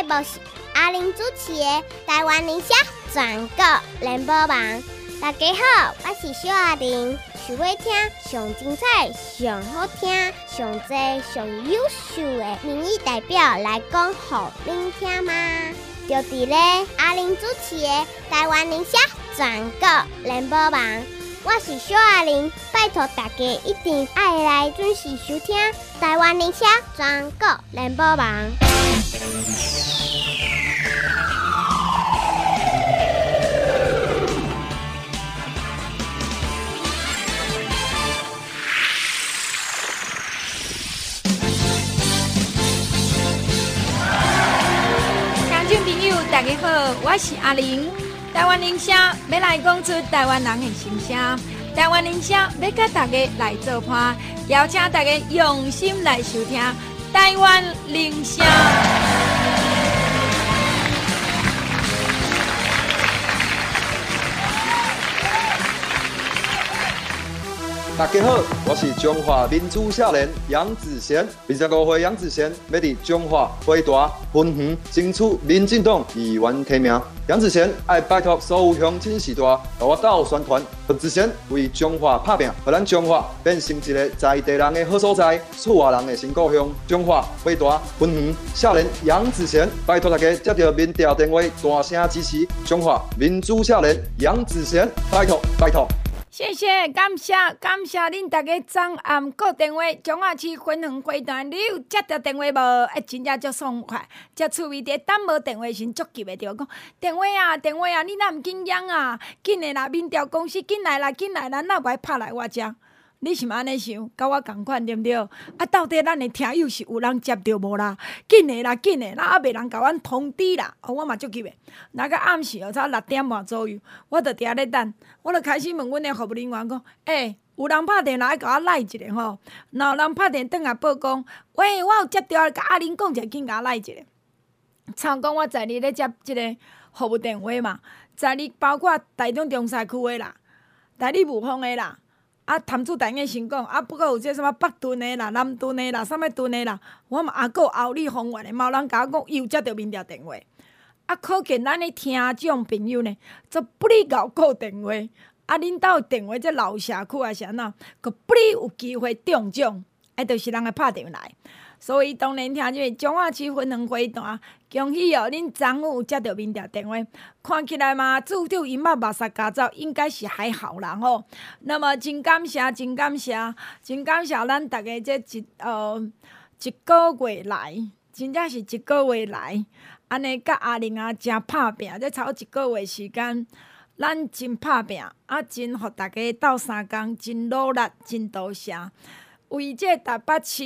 目是阿玲主持的台湾人社全国联播网。大家好，我是小阿玲。想要听上精彩、上好听、上多、上优秀的民意代表来讲给您听吗？就伫咧阿玲主持的台湾人社全国联播网。我是小阿玲，拜托大家一定要来准时收听台湾人社全国联播网。 大家好，我是阿玲。台湾人社要来讲出台湾人的心声，台湾人社要甲大家来做伴，邀请大家用心来收听台湾人社。 大家好，我是中华民主少年杨子贤。25岁杨子贤要伫中华回大分园争取民进党议员提名。杨子贤爱拜托所有乡亲士大，和我斗宣传，杨子贤为中华打拼，让咱中华变成一个在地人的好所在，厝外人的新故乡。中华回大分园少年杨子贤，拜托大家接到民调电话，大声支持中华民主少年杨子贤，拜托拜托。 谢谢，感谢恁大家昨暗挂电话，中华区分园会团，你有接到电话无？真正足爽快，遮趣味伫等无电话时足急的，着讲电话啊，你哪毋紧张啊？紧的啦，民调公司紧来啦，哪袂拍来我遮？你是毋安尼想？甲我共款对毋对？啊，到底咱的听友是有人接到无啦？紧的啦，啊袂人甲阮通知啦。我嘛足急的。那个暗时差6点半左右，我就伫咧等，我就开始问阮的服务人员讲：有人拍电来甲我赖一下吼？若有人拍电转来报讲，喂，我有接到，甲阿玲讲者，紧甲我赖一下。参讲我在哩咧接即个服务电话嘛，在哩包括台中中西区的啦，台里雾峰的啦。潭子台个先讲，不过有这什么北屯的啦、南屯的啦、啥物屯的啦，我嘛还有后里丰原的，嘛有人甲我讲，伊有接到民调电话。可见咱的听众朋友呢，则不哩搞顾电话。恁兜电话这老社区啊是安怎，佮不哩有机会中奖，就是人来拍电话来。所以当然听这中华区分园会团，恭喜哦！恁昨有接到民调电话，看起来嘛，至少因嘛目屎加走，应该是还好啦吼。那么真感谢咱大家这一个月来，真正是一个月来，安尼甲阿玲啊真拍拼，这超一个月时间，咱真拍拼，真互大家斗相共，真努力，真多谢。为这台北市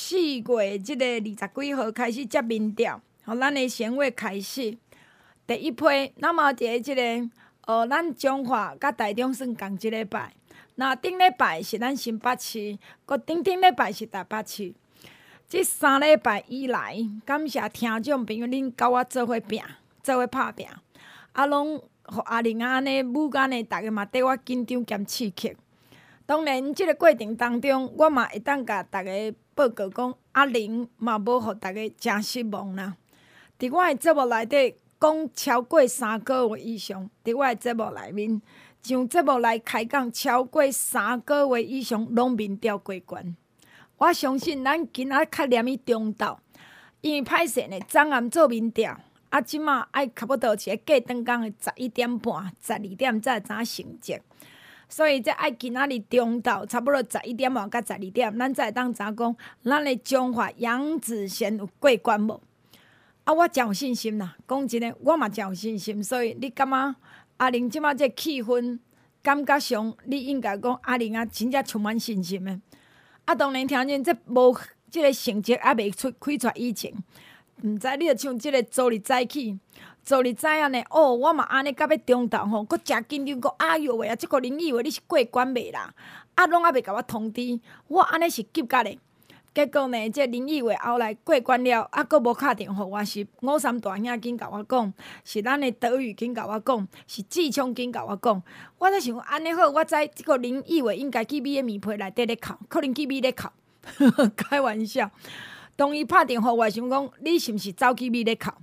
4月即个20几号开始接民调，互咱的先月开始第一批，那么伫即个咱中华甲台中算共一礼拜，那顶礼拜是咱新北市，佮顶礼拜是台北市。即3礼拜以来，感谢听众朋友恁甲我做伙拼，做伙拍拼，拢互阿玲安尼母干的，逐个嘛缀我紧张兼刺激。当然，即个过程当中，我嘛会当甲大家报告讲，阿玲嘛无互大家真失望啦。伫我的节目内底讲超过3个月以上，伫我的节目内面，上节目来开讲超过3个月以上，拢民调过关。我相信咱今仔较念伊中昼，因为歹势呢，昨暗做民调，即马爱差不多是过顿工的11点半、12点才会知影成绩。所以这爱今仔日中昼差不多11点半到12点，咱才会当知影讲，咱的中华杨子贤有过关无？我真有信心啦，讲真诶，我嘛真有信心。所以你感觉阿玲即马这气氛，感觉上你应该讲阿玲真正充满信心诶。当然听见这无即个成绩还未开出以前，毋知你着像即个昨日早起。昨日知影呢，我嘛安尼到要中昼吼，佫诚紧张，佫哎哟喂啊！即个林以为你是过关未啦？拢还未甲我通知，我安尼是急甲咧。结果呢，这林以为后来过关了，佫无敲电互我，是53大兄紧甲我讲，是咱的德语紧甲我讲，是志聪紧甲我讲。我在想安尼好，我知即个林以为应该去米的面皮内底咧哭，可能去米咧哭，开玩笑。当伊拍电话，我想讲，你是毋是走去米咧哭？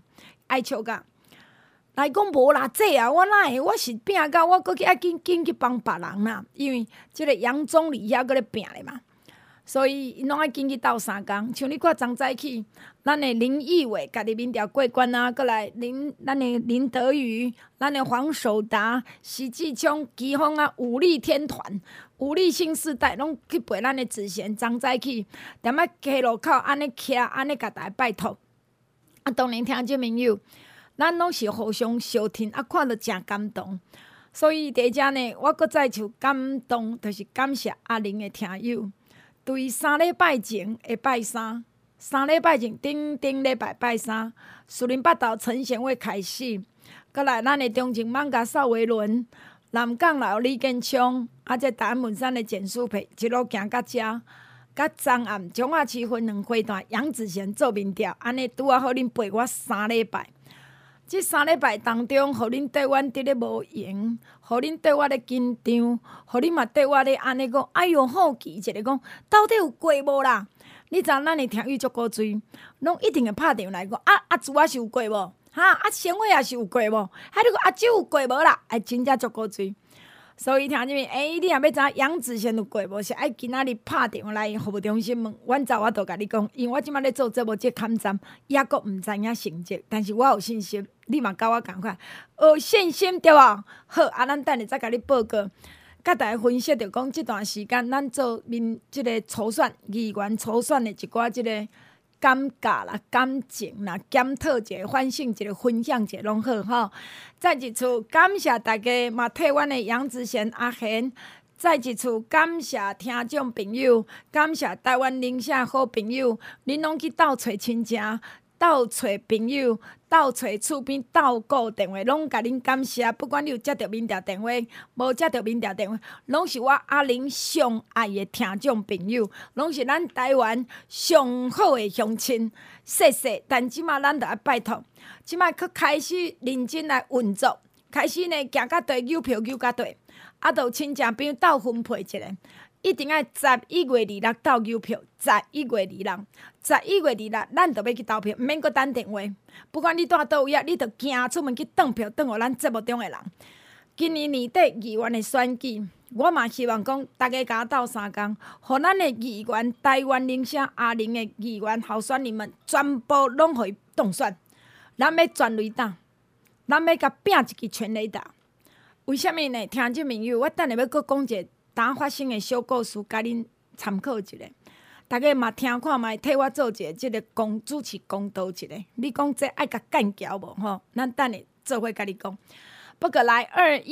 爱笑甲。来讲无啦，这啊，我哪会？我是拼到我搁去爱紧去帮别人啦，因为即个杨总理遐搁咧拼咧嘛。所以因拢爱紧去斗3工，像你看昨早起，咱的林义伟家己民调过关啊，过来咱的林德瑜、咱的黄守达、徐继聪、奇峰啊，武力天团、武力新世代，拢去陪咱的子贤昨早起，踮咧街路口安尼徛，安尼甲大家拜托。啊，当然听众朋友，咱拢是互相相挺，啊，看着真感动。所以伫遮呢，我搁再就感动，就是感谢阿玲的听友。对3礼拜前的拜3 3礼拜前顶礼拜拜3，士林北投陈贤伟开始，搁来咱的中正艋舺邵维伦、南港老李建昌，啊，这大安文山的简书培一路行到遮，甲昨暗中华区分两会段杨子贤做民调，安尼拄啊好恁陪我3礼拜。即3礼拜当中，互恁对阮伫咧无闲，互恁对我咧紧张，互恁嘛对我咧安尼讲，哎哟好奇一个讲，到底有过无啦？你知影咱的听友足够侪，拢一定会拍电话来讲，阿朱啊是有过无？哈，贤伟也是有过无？还你讲阿舅有过无啦？哎，真正足够侪。所以听入面，你若要知杨子贤有过无？是爱今仔日拍电话来服务中心问，阮早我都甲你讲，因为我即摆咧做节目，这勘站抑阁毋知影成绩，但是我有信心，你嘛甲我共款，有信心对无？好，啊，咱等下再甲你报告，甲大家分析着讲，即段时间咱做即个初选议员初选的一寡即个感觉啦、感情啦、检讨一下、反省一下、分享一下，拢好吼。再一次感谢大家，嘛替阮的杨子贤阿贤。再一次感谢听众朋友，感谢台湾邻舍好朋友，恁拢去斗找亲情。斗找朋友，斗找厝边，斗顾电话，拢甲恁感谢。不管你有接到民调电话，无接到民调电话，拢是我阿玲上爱的听众朋友，拢是咱台湾上好的乡亲。谢谢，但即马咱着爱拜托，即马佫开始认真来运作，开始呢行到地邮票邮到地，啊，着亲戚朋友斗分配一下。一定要11月26投邮票，11月26，11月26，咱就要去投票，毋免阁等电话。不管你住倒位啊，你着行出门去转票，转互咱节目中的人。今年年底议员的选举，我嘛希望讲大家甲我斗3工，互咱的议员、台湾邻舍阿玲的议员候选人们全部拢互伊当选。咱要全雷打，咱要甲拼一支全雷打。为什么呢？听众朋友，我等下要阁讲一个当发生的小故事，甲恁参考一下。大家嘛听看卖，替我做一个即个主持公道一下。你讲这爱甲干桥无吼？咱等下做伙甲你讲。不过来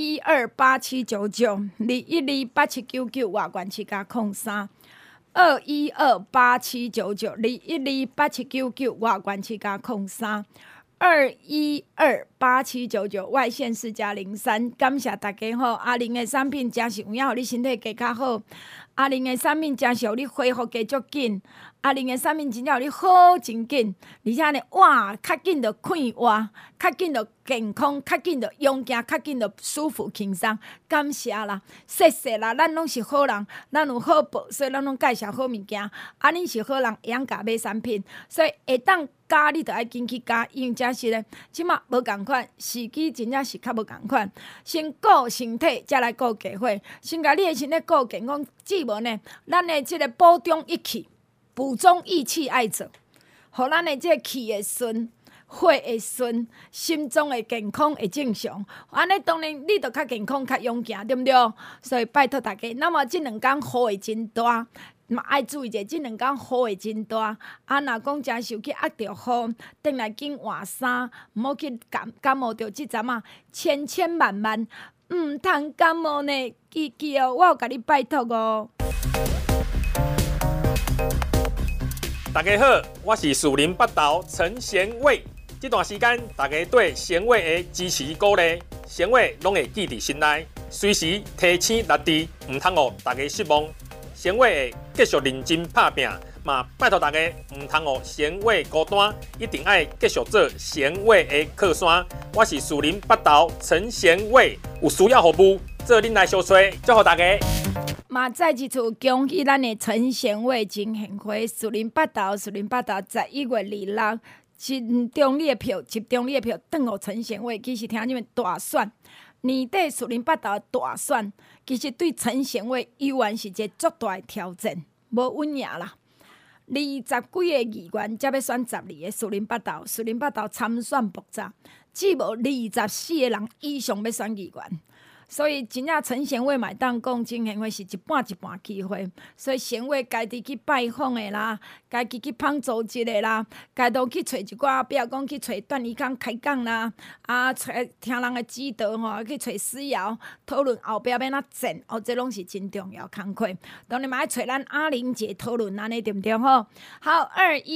212879921287999外关七加03。212879921287999外关七加03。2128799外县市加03，感谢大家吼！阿玲的产品真是有影，互你身体加较好。阿玲的产品真是互你恢复加足紧。阿玲的产品真正互你好真紧，而且呢，哇，较紧就快活，较紧就健康，较紧就勇敢，较紧就舒服轻松。感谢啦，谢谢啦，咱拢是好人，咱有好报，所以咱拢介绍好物件。啊，恁是好人，会晓甲买产品，所以会当加你着爱紧去加，因为这是咧，即马无共款，时机真正是较无共款。先顾身体，才来顾家伙。先甲你的身体顾健康，至无呢，咱的即个补充益气。补充益气爱做，互咱的这气会顺，血会顺，心脏会健康会正常。安尼当然你就较健康、较勇敢，对不对？所以拜托大家，那么这2天雨会真大，嘛爱注意者，这2天雨会真大。啊，若讲真受去压着雨，转来紧换衫，毋好去感冒着即阵啊，千万毋通感冒呢。记哦，我有甲你拜托哦。 大家好，我是士林北投陈贤伟。这段时间，大家对贤伟的支持鼓励，贤伟拢会记伫心内，随时提醒力治，唔通互大家失望。贤伟会继续认真拍拼，嘛拜托大家唔通互贤伟孤单，一定爱继续做贤伟的靠山。我是士林北投陈贤伟，有需要服务，做恁来相找，祝福大家。 嘛，再一次恭喜咱的陈贤伟真幸会，士林北投11月26， 集中你的票，转互陈贤伟。其实听你们大选，年底树林北投大选，其实对陈贤伟依然是一个足大的挑战，无稳赢啦。20几个议员才要选12个树林北投，参选复杂，只无24个人以上要选议员。所以真正陈贤伟嘛当讲，陈贤伟是一半机会，所以贤伟家己去拜访的啦，家己去捧组织的啦，家己去找一寡，比如讲去找段宜康开讲啦，找听人的指导吼，去找思瑶讨论后壁要哪战，这拢是真重要工课。当然嘛爱找咱阿玲姐讨论安尼对不对吼？好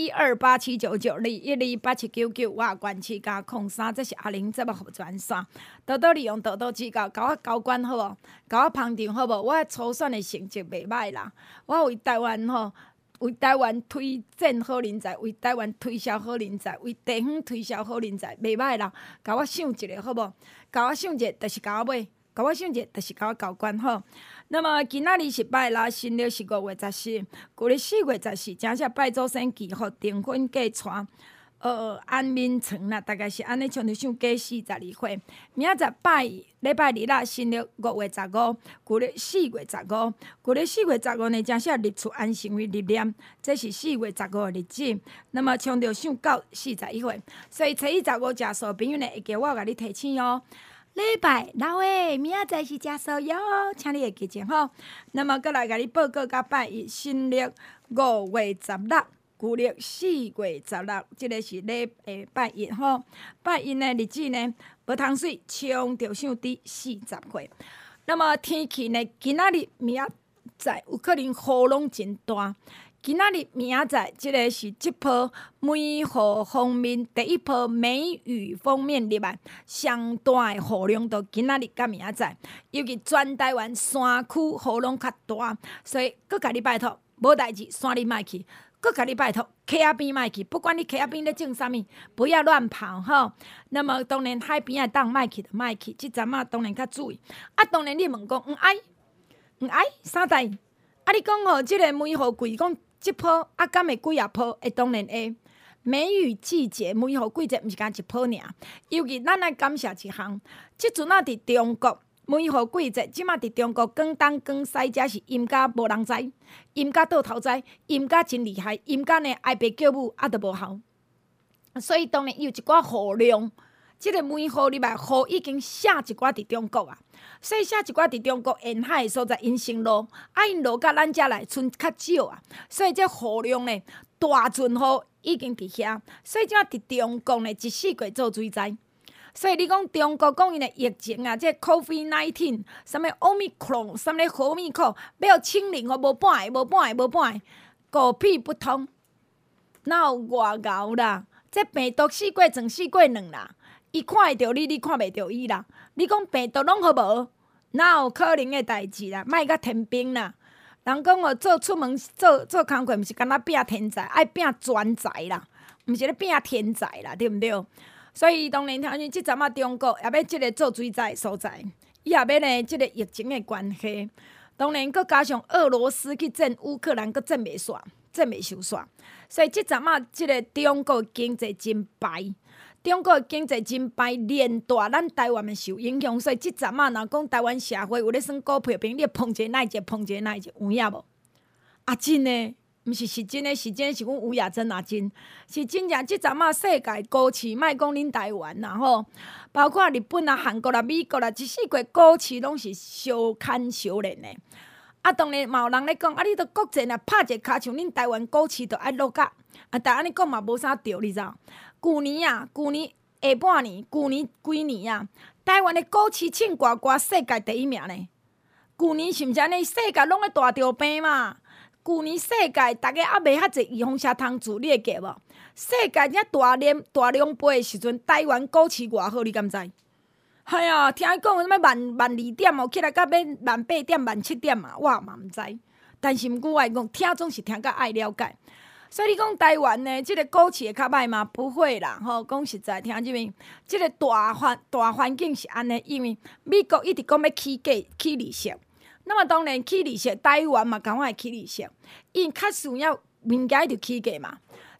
，21287992118799，我关市加03，这是阿玲节目服专线，多多利用，多多指教，甲我交关好无？甲我捧场好无？我初选的成绩袂歹啦，我为台湾吼，为台湾推荐好人才，为台湾推销好人才，为地方推销好人才，袂歹啦。甲我想一个好无？甲我想一个，就是甲我买；甲我想一个，就是甲我交关好。那么今仔日是拜啦，新历是5月14，旧历4月14，正式拜祖先祈福订婚嫁娶。安眠床啦，大概是安尼，像着想过42岁。明仔载礼拜日啦，新历5月15，旧历4月15，旧历4月15呢，正式入厝安成为日念，这是4月15的日子。那么像着想到41岁，所以初一15食素朋友呢，会记我甲你提醒哦。礼拜六诶，明仔载是食素哟，请你会记住吼。那么搁来甲你报告甲拜一，新历5月16。旧历4月16，即个是拜一吼。拜一的日子呢，无通水，冲着想伫40岁。那么天气呢，今仔日明仔载有可能雨拢真大。今仔日明仔载，即个是即波梅雨方面第一波梅雨锋面入来，上大的雨量到今仔日甲明仔载，尤其全台湾山区雨量较大，所以搁甲你拜托，无代志，山里莫去。搁甲你拜托，溪仔边莫去，不管你溪仔边咧种啥物，不要乱跑吼。那么当然海边的当莫去就莫去，即阵当然较注意。当然你问讲，毋爱啥代？你讲吼，即个梅雨季，讲即波敢会几啊波？当然会。梅雨季节，梅雨季节毋是干一波尔，尤其咱爱感谢一项，即阵伫中国。梅雨季节，即马伫中国广东、广西，遮是淹甲无人知，淹甲倒头知，淹甲真厉害，淹甲呢爱爸叫母都无效。所以当然有一寡雨量，即个梅雨入来，雨已经下一寡伫中国啊。所以下一寡伫中国沿海的所在，因先落，因落甲咱遮来剩较少啊。所以这雨量呢，大阵雨已经伫遐，所以即马伫中国呢，一四季做水灾。所以你讲中国讲因的疫情啊，这 COVID-19， 什么 Omicron， 什么何米克，要清零哦，无半个，狗屁不通，哪有外敖啦？这病毒4过整4过2啦，伊看会着你，你看袂着伊啦。你讲病毒拢好无？哪有可能的代志啦？莫甲天兵啦！人讲哦，出门做工课，毋是干那拼天才，爱拼专才啦，毋是咧拼天才啦，对毋对？所以当然，听见即阵中国也要即个做水灾所在，伊也要呢即个疫情的关系。当然，佮加上俄罗斯去占乌克兰，佮占袂煞，占袂收煞。所以即阵即个中国经济真歹，中国经济真歹，连带咱台湾嘛受影响。所以即阵若讲台湾社会有咧算股票评，你碰一个哪一只，有影无？真诶。毋是真诶，是阮吴雅珍啊，真是真正即阵世界股市，莫讲恁台湾啦吼，包括日本啊、韩国啦、美国啦，一四季股市拢是相牵相连诶。当然嘛有人咧讲，你都国际若拍一骹，像恁台湾股市都爱落甲，但安尼讲嘛无啥对，你知道？旧年下半年，旧年几年啊，台湾诶股市称挂世界第一名呢。旧年是毋是安尼？世界拢咧大着病嘛？旧年世界，大家还袂遐济预防车通住，你会记无？世界遮大量杯的时阵，台湾股市偌好，你敢知？哎呀，听伊讲什么万2点哦，起来到要18000点、17000点嘛，我嘛毋知。但是毋过我讲，听总是听甲爱了解。所以你讲台湾呢，即个股市会较歹嘛？不会啦，吼，讲实在，听这边，即个大环境是安尼，因为美国一直讲要起利息。那么当然起利息，台湾嘛，赶快起利息，因较需要物件就起价嘛。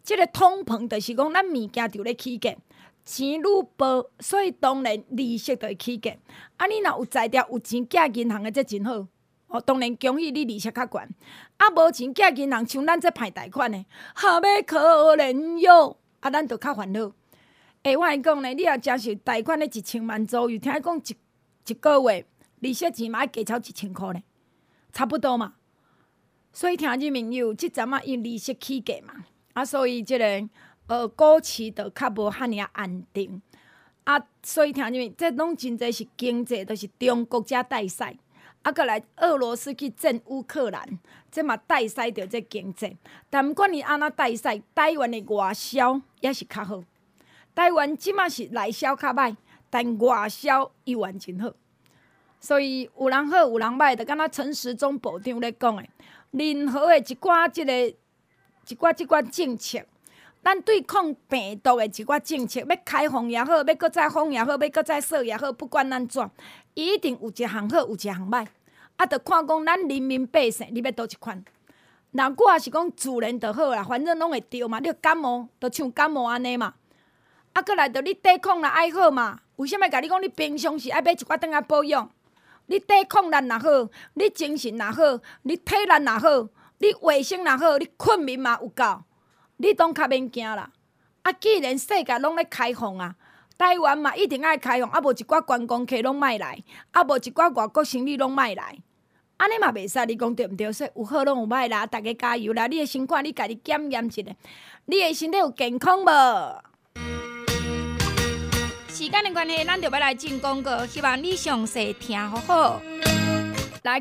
即个通膨就是讲咱物件就咧起价，钱愈薄，所以当然利息就会起价。啊，你若有才调有钱寄银行的，这真好。哦，当然恭喜你利息较悬。啊，无钱寄银行，像咱这派贷款的，好要可怜哟。啊，咱就较烦恼。我跟你讲呢，你若接受贷款咧1000万左右，听讲一个月利息钱嘛要加超1000块呢，差不多嘛。所以听众朋友，即阵啊因利息起价嘛，啊，所以即个股市就较无遐尔安定。啊，所以听众朋友，这拢真侪是经济，都是中国遮带使。啊，过来俄罗斯去占乌克兰，这嘛带使着这经济。但毋管你安怎带使，台湾的外销也是较好。台湾即马是内销较歹，但外销依然真好。所以有人好有人歹，就敢若陈时中部长咧讲的，任何的一寡即寡政策，咱对抗病毒的一寡政策，要开放也好，要搁再封也好，要搁再锁也好，不管安怎，伊一定有一项好，有一项歹。啊，着看讲咱人民百姓，你要倒一款。若我也是讲自然就好啦，反正拢会着嘛。你感冒，就像感冒安尼嘛。啊，过来着你抵抗力爱好嘛。为什么甲你讲你平常时爱买一寡顿仔保养？你抵抗力若好，你精神若好，你体力若好，你卫生若好，你困眠嘛有够，你拢较免惊啦。啊，既然世界拢咧开放啊。台湾嘛一定爱开放，啊无一寡观光客拢莫来，啊无一寡外国生理拢莫来，安尼嘛袂使，你讲对毋对？说有好拢有歹啦，大家加油啦！你的身躯你家己检验一下，你的身体有健康无？时间的关系，咱就要来进广告，希望你详细听好好。来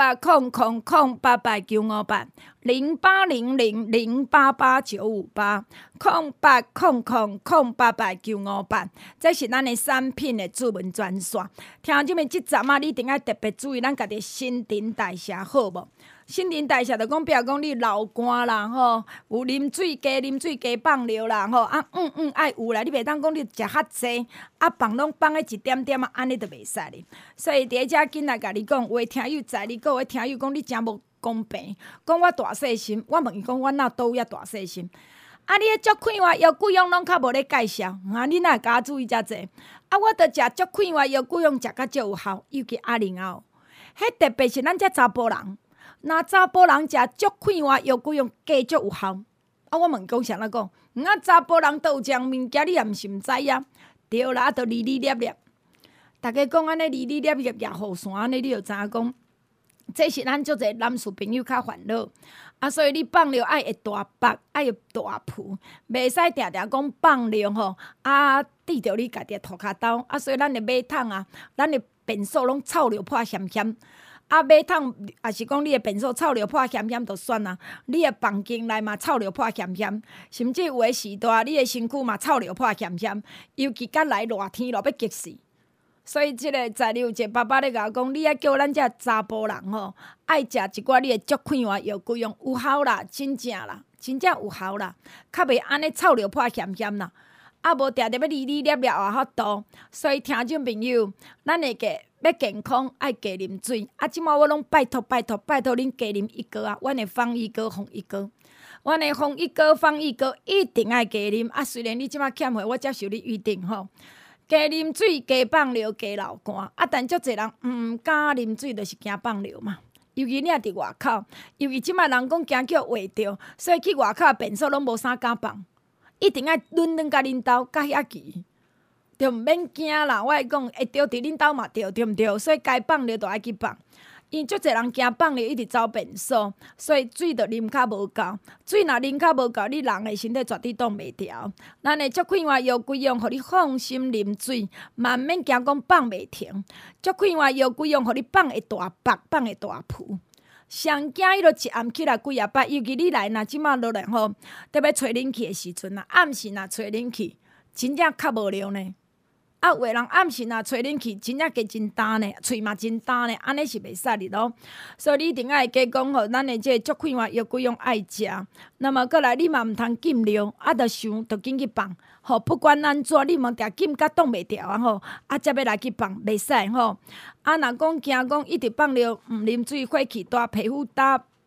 0800088958，0800088958，0800088958，这是咱的产品的主文专线。听众们，即阵啊，你一定要特别注意咱家己新陈代谢好无？新陈代谢就讲，比如讲你流汗啦，吼，有啉水加放尿啦，吼，啊爱有啦，你袂当讲你食较济，啊放拢放咧一点点啊，安尼就袂使哩。所以第一只紧来甲你讲，有诶听友在你，各位听友讲你真无公平，讲我大细心，我问伊讲我哪倒遐大细心？啊，你迄足快活药骨用拢较无咧介绍，啊，你哪会甲我注意遮济？啊，我着食足快活药骨用，食甲足有效，尤其阿玲啊，迄特别是咱遮查甫人。那查甫人食足快活药骨用加足有效，啊！我问讲啥哪讲？查甫人都有这样物件，你也毋是毋知啊？对啦，啊，都哩哩粒粒。大家讲安尼哩哩粒粒也雨伞安尼，你就知影讲，这是咱足侪男士朋友较烦恼。啊，所以你放尿爱会大腹，爱会大脯，袂使定定讲放尿吼，啊，滴着你家己涂骹兜。啊，所以咱的马桶啊，咱的便所拢臭流破咸咸。啊，马桶也是讲你的便所臭流破咸咸就算啦，你的房间内嘛臭流破咸咸，甚至有的时代你的身躯嘛臭流破咸咸，尤其甲来热天咯要激死。所以即个在有一个爸爸咧甲我讲，你爱叫咱遮查甫人吼，爱食一寡你的足快活药骨用有效啦，真正啦，真正有效啦，较袂安尼臭流破咸咸啦。啊，无定定要哩哩粒粒也法度，所以听众朋友，咱会个要健康爱加啉水。啊，即马我拢拜托恁加啉一哥啊！阮的方一哥、红一哥，阮的红一哥、方一哥一定爱加啉。啊，虽然你即马欠货，我接受你预定吼。加啉水、加放尿、加流汗。啊，但足侪人毋敢啉水，就是惊放尿嘛。尤其你也伫外口，尤其即马人讲惊叫话着，所以去外口便所拢无啥敢放。一定爱轮甲恁兜，甲遐期，就毋免惊啦。我会讲，会着伫恁兜嘛着，对毋对？所以该放尿就爱去放。因足侪人惊放尿一直走便所，所以水就啉较无够。水若啉较无够，你人的身体绝对挡袂牢。咱的足快活药骨用，互你放心啉水，嘛免惊讲放袂停。足快活药骨用，互你放会大腹，放会大脯。上惊伊就一暗起来几啊摆，尤其你来若即马落来吼，特别吹冷气的时阵啊，暗时若吹冷气，真正较无聊呢。啊，有的人暗时若吹冷气，真正加真干呢，喙嘛真干呢，安尼是袂使哩咯。所以你一定爱加讲吼，咱的这足快活药骨用爱食。那么过来，你嘛毋通禁尿，啊，着想着紧去放。吼，不管安怎，你莫定禁甲挡袂牢啊吼，啊，才要来去放，袂使吼。啊，若讲惊讲一直放尿，毋啉水，火气大，皮肤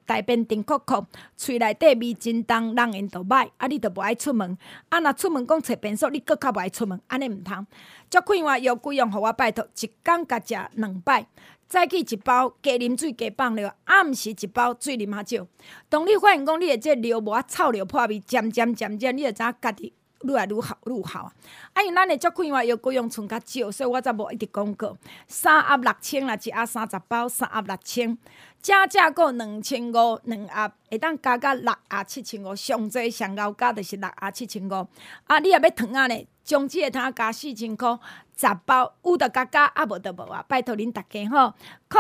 大便甜酷酷，喙内底味真重，人缘就歹，你就无爱出门。若出门讲找便所，你搁较无爱出门，安尼毋通。足快活药贵用，互我拜托，一工甲食2摆。早起一包，加啉水加放尿；暗时一包，水啉较少。当你发现讲你的这尿无啊臭尿破味，渐渐，你就知影家己愈来愈好啊！因为咱的足快活药贵用剩较少，所以我才无一直广告。3盒6000啦，一盒30包，3盒6000。加价购2500，2盒会当加到6盒7500，上济上高价就是6盒7500。你若要糖仔呢？将这个糖加4000块，10包，有就加，无就无啊！拜托恁大家吼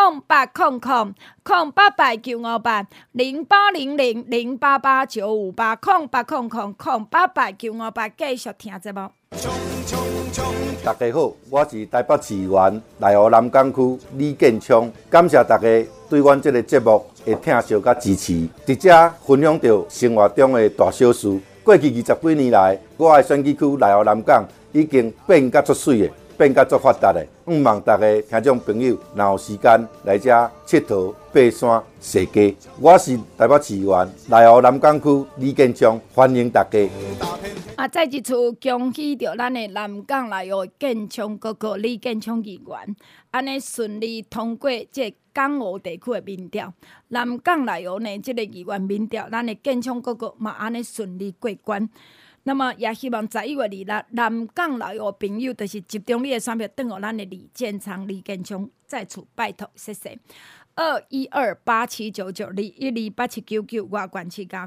，0800-088-958，0800-088-958，0800-958，继续听节目。 大家好，我是台北市议员内湖南港区李建昌，感谢大家对阮这个节目的听惜甲支持，直接分享到生活中的大小事。过去20几年来，我的选举区内湖南港已经变甲足水的，变甲足发达的。望大家听众朋友，若有时间来这佚佗、爬山、踅街。我是台北市议员内湖南港区李建昌，欢迎大家。 再一次恭喜着咱的南港内湖建昌哥哥李建昌议员，安尼顺利通过这港澳地区的民调。南港内湖呢，这个议员民调，咱的建昌哥哥嘛安尼顺利过关。那么也希望11月26日，南港内湖朋友就是集中你的选票，转予咱的李建昌、李建昌，再次拜托，谢谢。212879921187999外管区加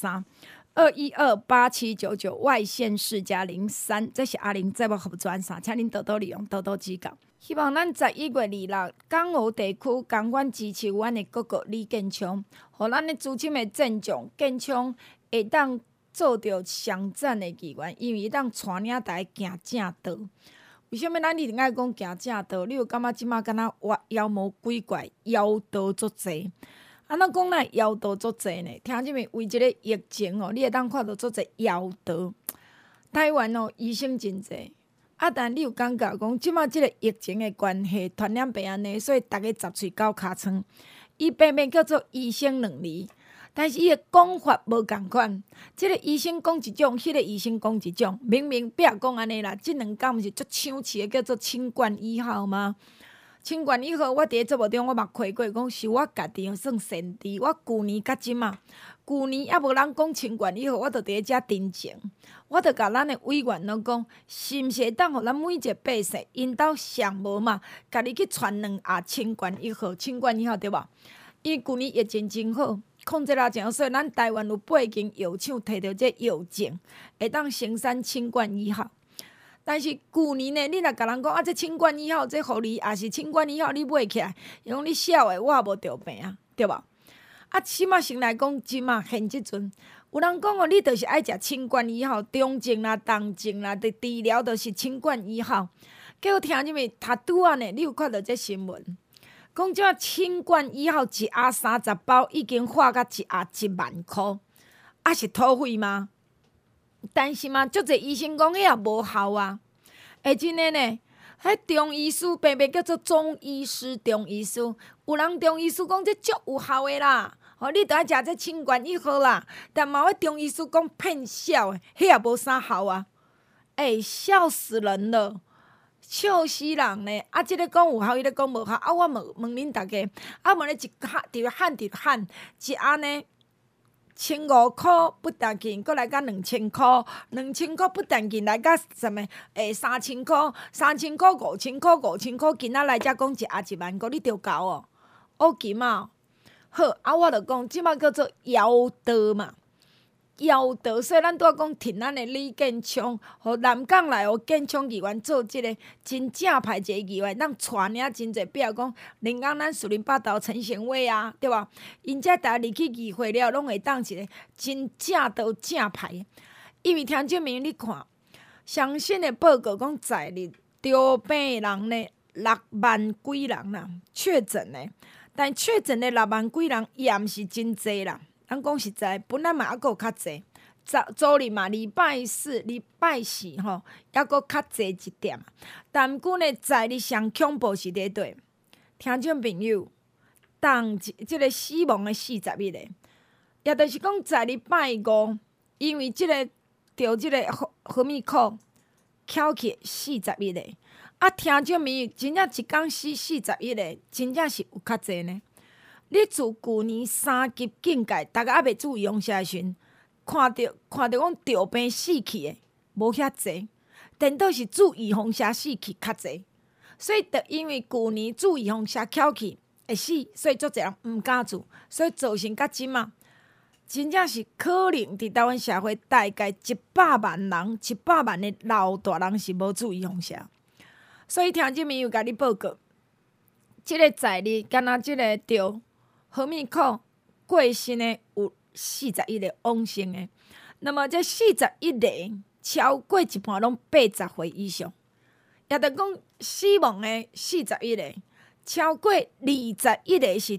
03。2128799外县市加03，这是阿玲节目合专线，请恁多多利用，多多指教。希望咱11月26日，港澳地区甘愿支持阮的哥哥李建昌，互咱的资深的镇长建昌会当做着上赞的议员，因为伊当带领大家行正道。为什么咱一定爱讲行正道？你有感觉即马敢若妖魔鬼怪，妖道足济？安怎讲呢？妖道足济呢？听即面为即个疫情哦，你会当看到足济妖道。台湾哦，医生真济，但你有感觉讲，即马即个疫情的关系，传染病安尼，所以逐个十喙九尻川。伊偏偏叫做医生2字，但是伊的讲法无共款。即个医生讲一种，迄个医生讲一种，明明不要讲安尼啦。即两工毋是足抢市的，叫做清冠1号吗？清冠1号，我伫咧节目中我嘛开过，讲是我家己算先知。我旧年甲即马，旧年还无人讲清冠1号，我就伫咧遮တင်情。我就甲咱的委员拢讲，是毋是会当互咱每一个百姓，因兜上无嘛，家己去传2盒清冠1号，清冠1号对无？因为旧年疫情真好，控制了真好，所以咱台湾有8间药厂摕到这药证，会当生产清冠1号。但是旧年呢，你若甲人讲这清冠1号，这互你也是清冠1号，你买起来，伊讲你晓诶，我也无着病啊，对无？起码先来讲，即马现即阵，有人讲哦，你著是爱食清冠1号，中症啦、重症啦，治疗著是清冠1号。结果听即面读拄啊呢，你有看到这新闻？讲即马清冠1号一盒30包，已经花到一盒1万箍，是土匪吗？但是嘛，足侪医生讲迄也无效啊。真诶呢，迄中医师偏偏叫做中医师、中医师，有人中医师讲这足有效诶啦。你著爱食这清冠1号啦，但嘛有中医师讲骗笑诶，迄也无啥效啊。笑死人了，笑死人呢！即个讲有效，伊咧讲无效。我问恁大家，问咧直喊，一盒呢？1500块不但紧，搁来甲2000块，2000块不但紧，来甲什么？3000块，3000块，5000块，5000块，今仔来才讲一盒1万块，你着交哦。金啊！好，我着讲，即马叫做妖道嘛，妖道。所以咱拄仔讲，听咱的李建昌，互南港内湖建昌议员做即个真正派一个议员，咱带领真侪，比如讲，连讲咱树林北投陈贤伟啊，对吧？因遮逐入去议会了，拢会当一个真正道正派。因为听证明，你看，上新的报告讲，在日得病的人呢，6万几人啦，确诊呢。但确诊的6万几人，也毋是真济啦。咱讲实在，本来嘛还佫有较济。昨日嘛，礼拜4吼，还佫较济一点。但毋过呢，在日上恐怖是伫对听众朋友， 当即个死亡的41个，也就是讲在礼拜五，因为着即个何米苦翘起41个，啊，听众朋友真正一工死41个，真正是有较济呢。你自旧年3级警戒，逐个还袂注意用啥时阵，看着讲着病死去的无遐济，颠倒是注意风邪死去较济。所以，着因为旧年注意风邪翘起会死，所以足侪人毋敢做，所以造成到即嘛，真正是可能伫台湾社会大概100万人，100万的老大人是无注意风邪。所以听即面有甲你报告，即个在日，敢若即个着何米苦过身的有41个往生的，那么这41个超过一半拢80岁以上，也着讲死亡的41个，超过21个是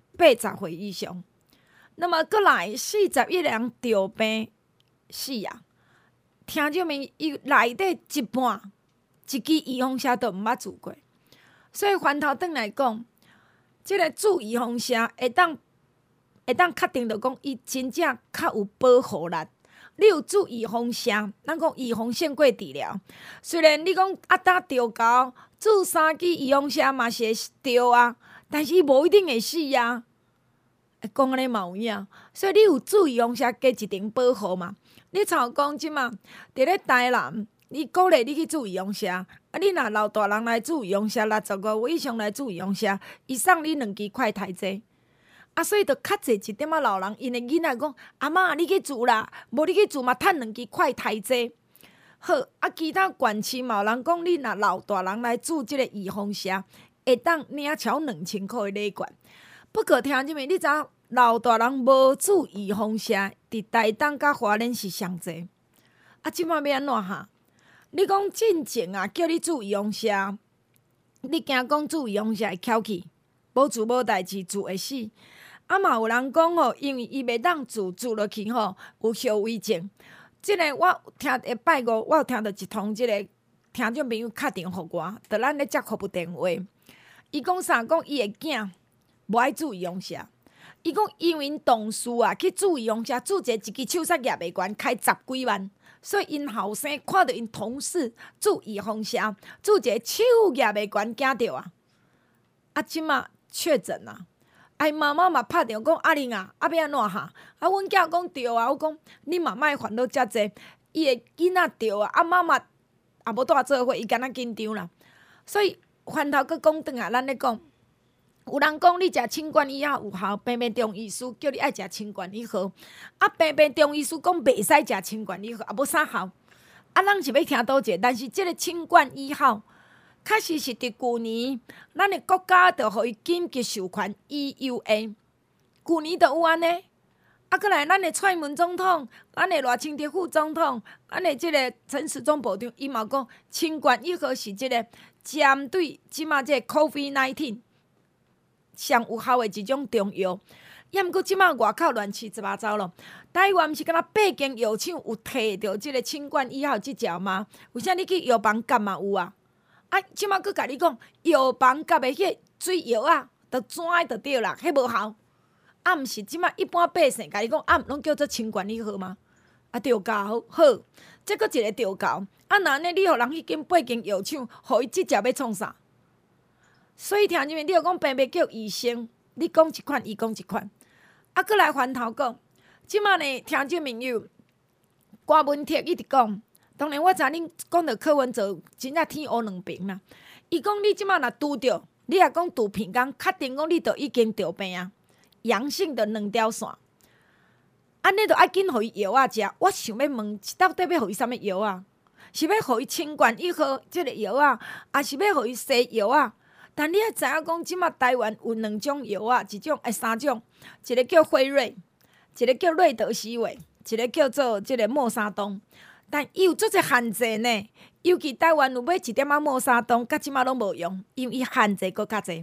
80岁以上。那么过来41人着病死啊，听众们伊内底一半一支预防针都毋捌做过，所以翻头转来讲，即个注预防针会当确定着讲，伊真正较有保护力。你有注预防针，咱讲预防胜过治疗。虽然你讲打着高，注3支预防针嘛是会着啊，但是伊无一定会死啊。讲安尼嘛有影，所以你有注预防针加一定保护嘛。你像讲即嘛，伫咧台南，你鼓励你去注预防针，啊，你若老大人来注预防针，65岁以上来注预防针，伊送你2支快台剂。啊，所以着较济一点仔老人，因的囡仔讲：阿嬷，你去做啦，无你去做嘛，趁2支快台剂。好，啊，其他县市嘛有人讲，你若老大人来注即个预防针，会当领超2000块的礼券。不过听即面，你知影老大人无注预防针，伫台东甲花莲是上济。啊，即摆要安怎哈？你讲进前啊，叫你注预防针，你惊讲注预防针会翘起，无做无代志，做会死。啊嘛有人讲吼，因为伊袂当做落去吼，有后遗症。即个我听下拜五，我有听到一通即个听众朋友敲电互我，着咱咧接服务电话。伊讲啥？讲伊的囝无爱注预防针。伊讲因为因同事啊去注预防针，注一支手刹举袂悬，开10几万。所以因后生看到因同事注预防针，注一个手举袂悬，惊着啊！啊，即马确诊啊！哎，妈妈嘛拍电话讲：阿玲啊，要安怎哈？啊，阮囝讲着啊，我讲你嘛莫烦恼遮济，伊的囡仔着啊，啊妈妈也无带做伙，伊敢若紧张啦。所以翻头佫讲转来，咱咧讲，有人讲你食清冠一号有效，平平中医师叫你爱食清冠一号，啊平平中医师讲袂使食清冠一号，啊无啥效。啊，咱是要听倒一个，但是即个清冠一号。确实是伫旧年，咱的国家就互伊紧急授权 EUA， 旧年就有安尼。啊，过来咱的蔡英文总统，咱的赖清德副总统，咱的即个陈时中部长，伊嘛讲清冠一号是即个针对即马即个 COVID-19 上有效的一种中药。也毋过即马外口乱七八糟咯，台湾毋是敢若8间药厂有摕着即个清冠一号即条吗？为啥你去药房干嘛有啊？啊，即马佫甲你讲，药房甲的迄水药啊，着转的就对啦，迄无效。啊，毋是即马一般百姓甲你讲，啊，拢叫做清冠一号吗？啊，着搞好，这佫一个着搞。啊，那呢，你互人迄间8间药厂，互伊即条要创啥？所以听入面，你著讲平平叫医生，你讲一款，伊讲一款。啊，佫来翻头讲，即马呢，听众朋友，郭文铁一直讲。当然，我知恁讲到柯文哲真正天乌两平啦。伊讲你即马若拄着，你也讲拄鼻工，确定讲你著已经着病啊，阳性的2条线，安尼著爱紧互伊药啊食。我想要问，到底要互伊啥物药啊？是要互伊清冠一号即个药啊，还是要互伊西药啊？但你也知影讲，即马台湾有2种药啊，3种，一个叫辉瑞，一个叫瑞德西韦，一个叫做即个默沙东。但伊有足侪限制呢，尤其台湾有买1点仔默沙东，到即马拢无用，因为伊限制佫较侪。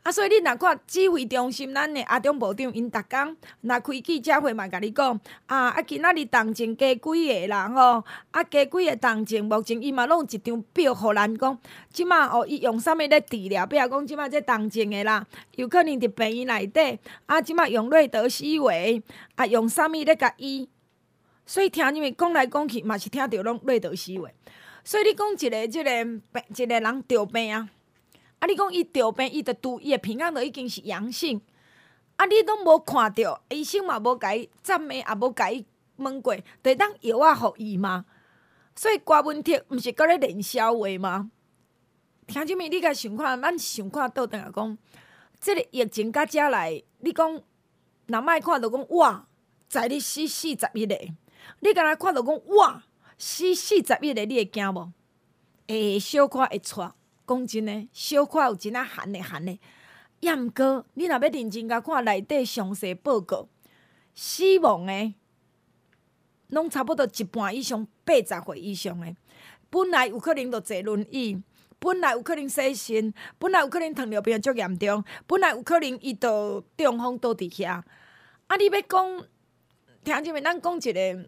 所以你若看指挥中心咱的阿中部长，因逐工若开记者会嘛，甲你讲今仔日动静加几个啦吼，加几个动静，目前伊嘛拢有一张表，互咱讲，即马伊用啥物咧治疗？比如讲，即马这动静的啦，有可能伫病院内底，即马用瑞德西韦，用啥物咧甲医？所以听入面讲来讲去，嘛是听着拢瑞德西韦。所以你讲一个人着病你讲伊着病，伊着拄伊的鼻孔就已经是阳性，你拢无看着，医生嘛无甲伊暂的，也无甲伊问过，就当药互伊嘛。所以郭文婷毋是搁咧练笑话吗？听即物你甲想看，咱想看倒转来讲，即个疫情到遮来，你讲若莫看着讲哇，在你死41个，你敢若看着讲哇，死41个，你会惊无？会小可会错。讲真诶，小可有真寒的。也毋过，你若要认真甲看内底详细报告，死亡诶，拢差不多一半以上，80岁以上诶，本来有可能就坐轮椅，本来有可能洗肾，本来有可能糖尿病足严重，本来有可能伊就中风倒伫遐。你要讲，听即面，咱讲一个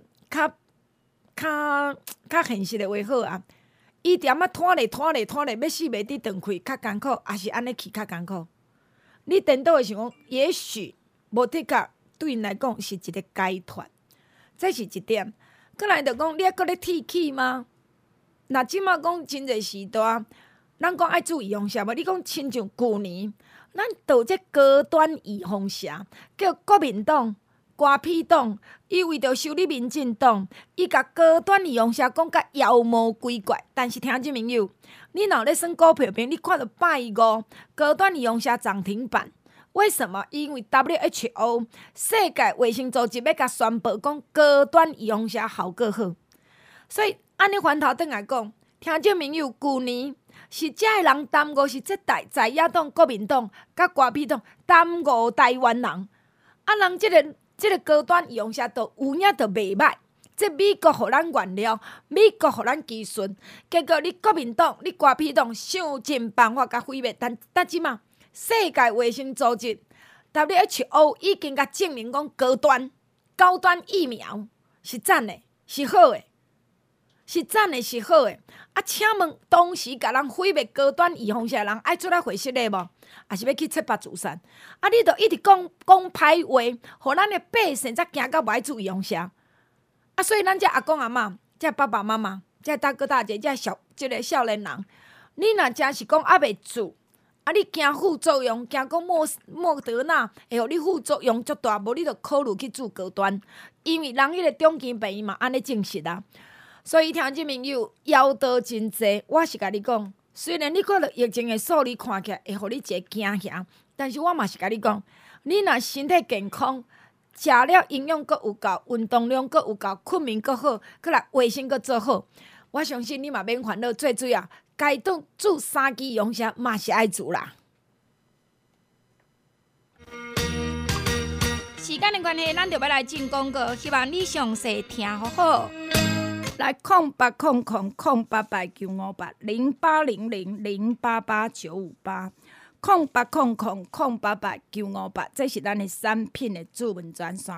较现实诶话好啊。伊踮拖咧，要死袂得断开，较艰苦，也是安尼去较艰苦。你颠倒会想讲，也许无的确对因来讲是一个解脱，这是一点。过来就讲，你还搁咧铁气吗？若即马讲真侪时代，咱讲爱注意防射无？你讲亲像旧年，咱有这高端预防射，叫国民党。瓜屁党，伊为着修理民进党，伊甲高端预防射讲甲妖魔鬼怪。但是听众朋友，你若咧算股票边，你看到拜五高端预防射涨停板，为什么？因为 WHO 世界卫生组织要甲宣布讲高端预防射效果好，所以安尼翻头转来讲，听众朋友，旧年是遮个人耽误是这代在野党、国民党甲瓜屁党耽误台湾人，人即个高端预防射都有影都袂歹，即美国互咱原料，美国互咱技术，结果你国民党、你瓜屁党想尽办法甲毁灭，但即嘛世界卫生组织 WHO 已经甲证明讲高端疫苗是赞的，是好的，是赞的，是好的。请问当时甲人毁灭高端预防射的人爱出来回实的无？也是要去切腹自杀？你著一直讲歹话，互咱的百姓才惊到无爱注意防射。所以咱这阿公阿嬷、这爸爸妈妈、这大哥大姐、这个少年人，你若真是讲袂注，你惊副作用，惊讲莫德纳会互你副作用足大，无你著考虑去注高端，因为人迄个中期病院嘛安尼证实啊。所以听众朋友，妖道真济，我是甲你讲。虽然你看到疫情的数字看起来会互你一个惊吓，但是我嘛是甲你讲，你若身体健康，食了营养阁有够，运动量阁有够，困眠阁好，阁来卫生阁做好，我相信你嘛免烦恼。最主要，该注3支预防射嘛是爱注啦。时间的关系，咱就要来进广告，希望你详细听好好。来0800-088-958，0800-088-958，0800-088-958，这是咱的产品的主文专线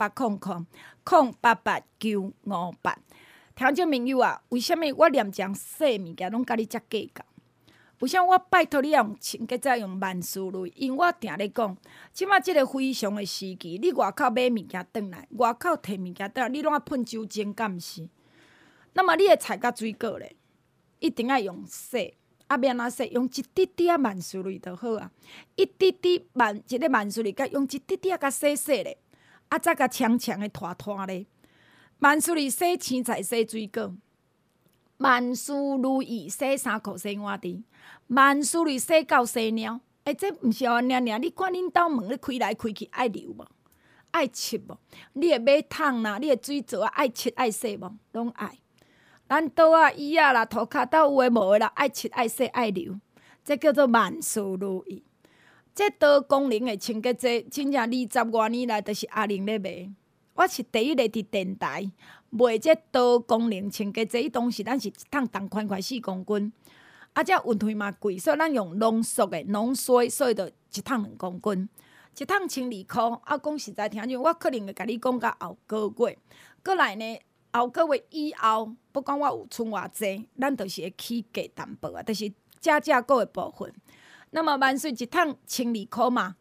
，0800-088-958。听众朋友啊，为什么我连讲细物件拢甲你遮计较？为啥我拜托你用清洁再用万事如意？因为我定咧讲，即马即个非常的时期，你外口买物件转来，外口摕物件转来，你拢爱喷酒精，敢毋是？那么你的菜甲水果咧，一定要用洗，免哪洗？用一滴滴啊万事如意就好啊，一个万事如意，甲用一滴滴啊甲洗咧，再甲长长的拖拖咧。万事如意洗青菜、洗水果，万事如意洗衫裤、洗碗池，万事如意洗狗、洗猫。这毋是安尼尔，你看恁兜门咧开来开去爱流无？爱拭无？你的马桶啦，你的水槽啊爱拭爱洗无？拢爱。咱桌啊、椅啊啦、涂骹斗有诶无诶啦，爱拭爱洗爱流，这叫做万事如意。这多功能诶清洁剂，真正20多年来都是阿玲咧卖。我是第一个伫电台卖这多功能清洁剂，伊当时咱是一桶同款4公斤。 这运费嘛贵，所以咱用浓缩的浓缩，所以就一桶2公斤，一桶12箍。讲实在听，我可能会甲你讲到后个月，过来呢，后个月以后，不管我有剩偌济，咱就是会起价淡薄啊，就是价购的部分。那么万岁一桶12箍嘛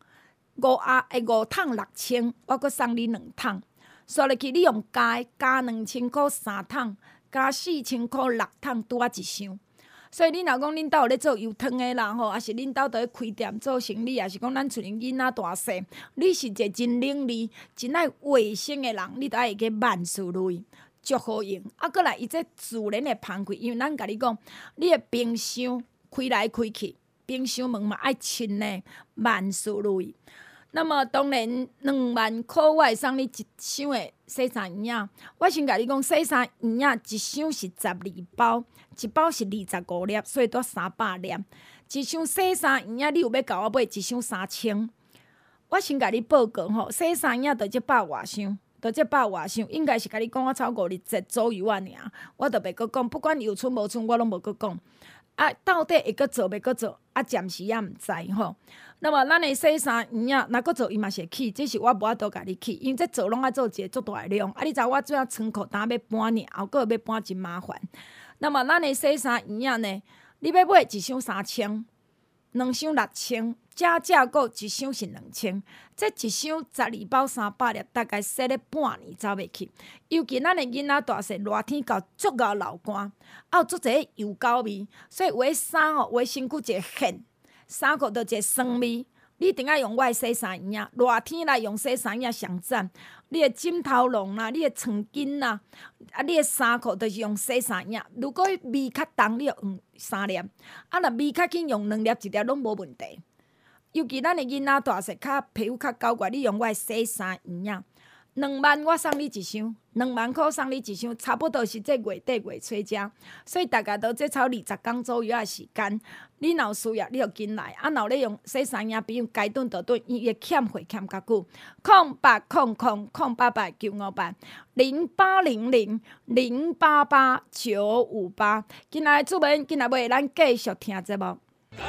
，5桶6000，我阁送你2桶。算落去，你用加2000箍3桶，加4000箍6桶，拄啊一箱。所以你若讲恁兜有咧做油汤的啦吼，还是恁兜伫咧开店做生意，还是讲咱厝里囡仔大细，你是一个真伶俐、真爱卫生的人，你著爱个万事如意，足好用。过来伊这自然的芳气，因为咱甲你讲，你的冰箱开来开去，冰箱门嘛爱清呢，万事如意。那么当然，2万块我会送你一箱的洗衫衣仔。我先甲你讲，洗衫衣仔一箱是12包，一包是25粒，所以多300粒。一箱洗衫衣仔，你有要甲我买一箱3000？我先甲你报告吼，洗衫衣仔就100外箱，应该是甲你讲我超50左右啊尔。我就袂阁讲，不管有剩无剩，我拢无阁讲。到底会阁做袂阁做？暂时也毋知吼。那么咱的洗衫衣仔，若阁做伊嘛是会起，只是我无法度甲你起，因为这做拢爱做一个足大的量。你知我怎样仓库单要搬呢？后阁要搬真麻烦。那么咱的洗衫衣仔呢？你要买一箱3000，2箱6000，价购一箱是2000。这一箱12包300粒，大概洗咧半年走袂去。尤其咱的囡仔大细，热天到足够流汗，有足侪油膏味，所以有诶衫吼，有诶身躯一个痕。衫裤就一个酸味，你一定要用我的洗衫衣仔。热天来用洗衫衣仔上赞。你的枕头笼啦，你的床巾啦，你的衫裤都是用洗衫衣仔。如果味较重，你就用3粒；若味较轻，用2粒、1粒拢无问题。尤其咱的囡仔大细，较皮肤较高怪，你用我的洗衫衣仔。2万我送你一箱，2万块送你一箱，差不多是这月底月初遮，所以大概都这超20天左右的时间。你若有需要，你就紧来。若有咧用洗衫衣，比如该顿就顿，伊会欠货欠较久。0800-088-958，0800-088-958。今仔主文，今仔要咱继续听节目。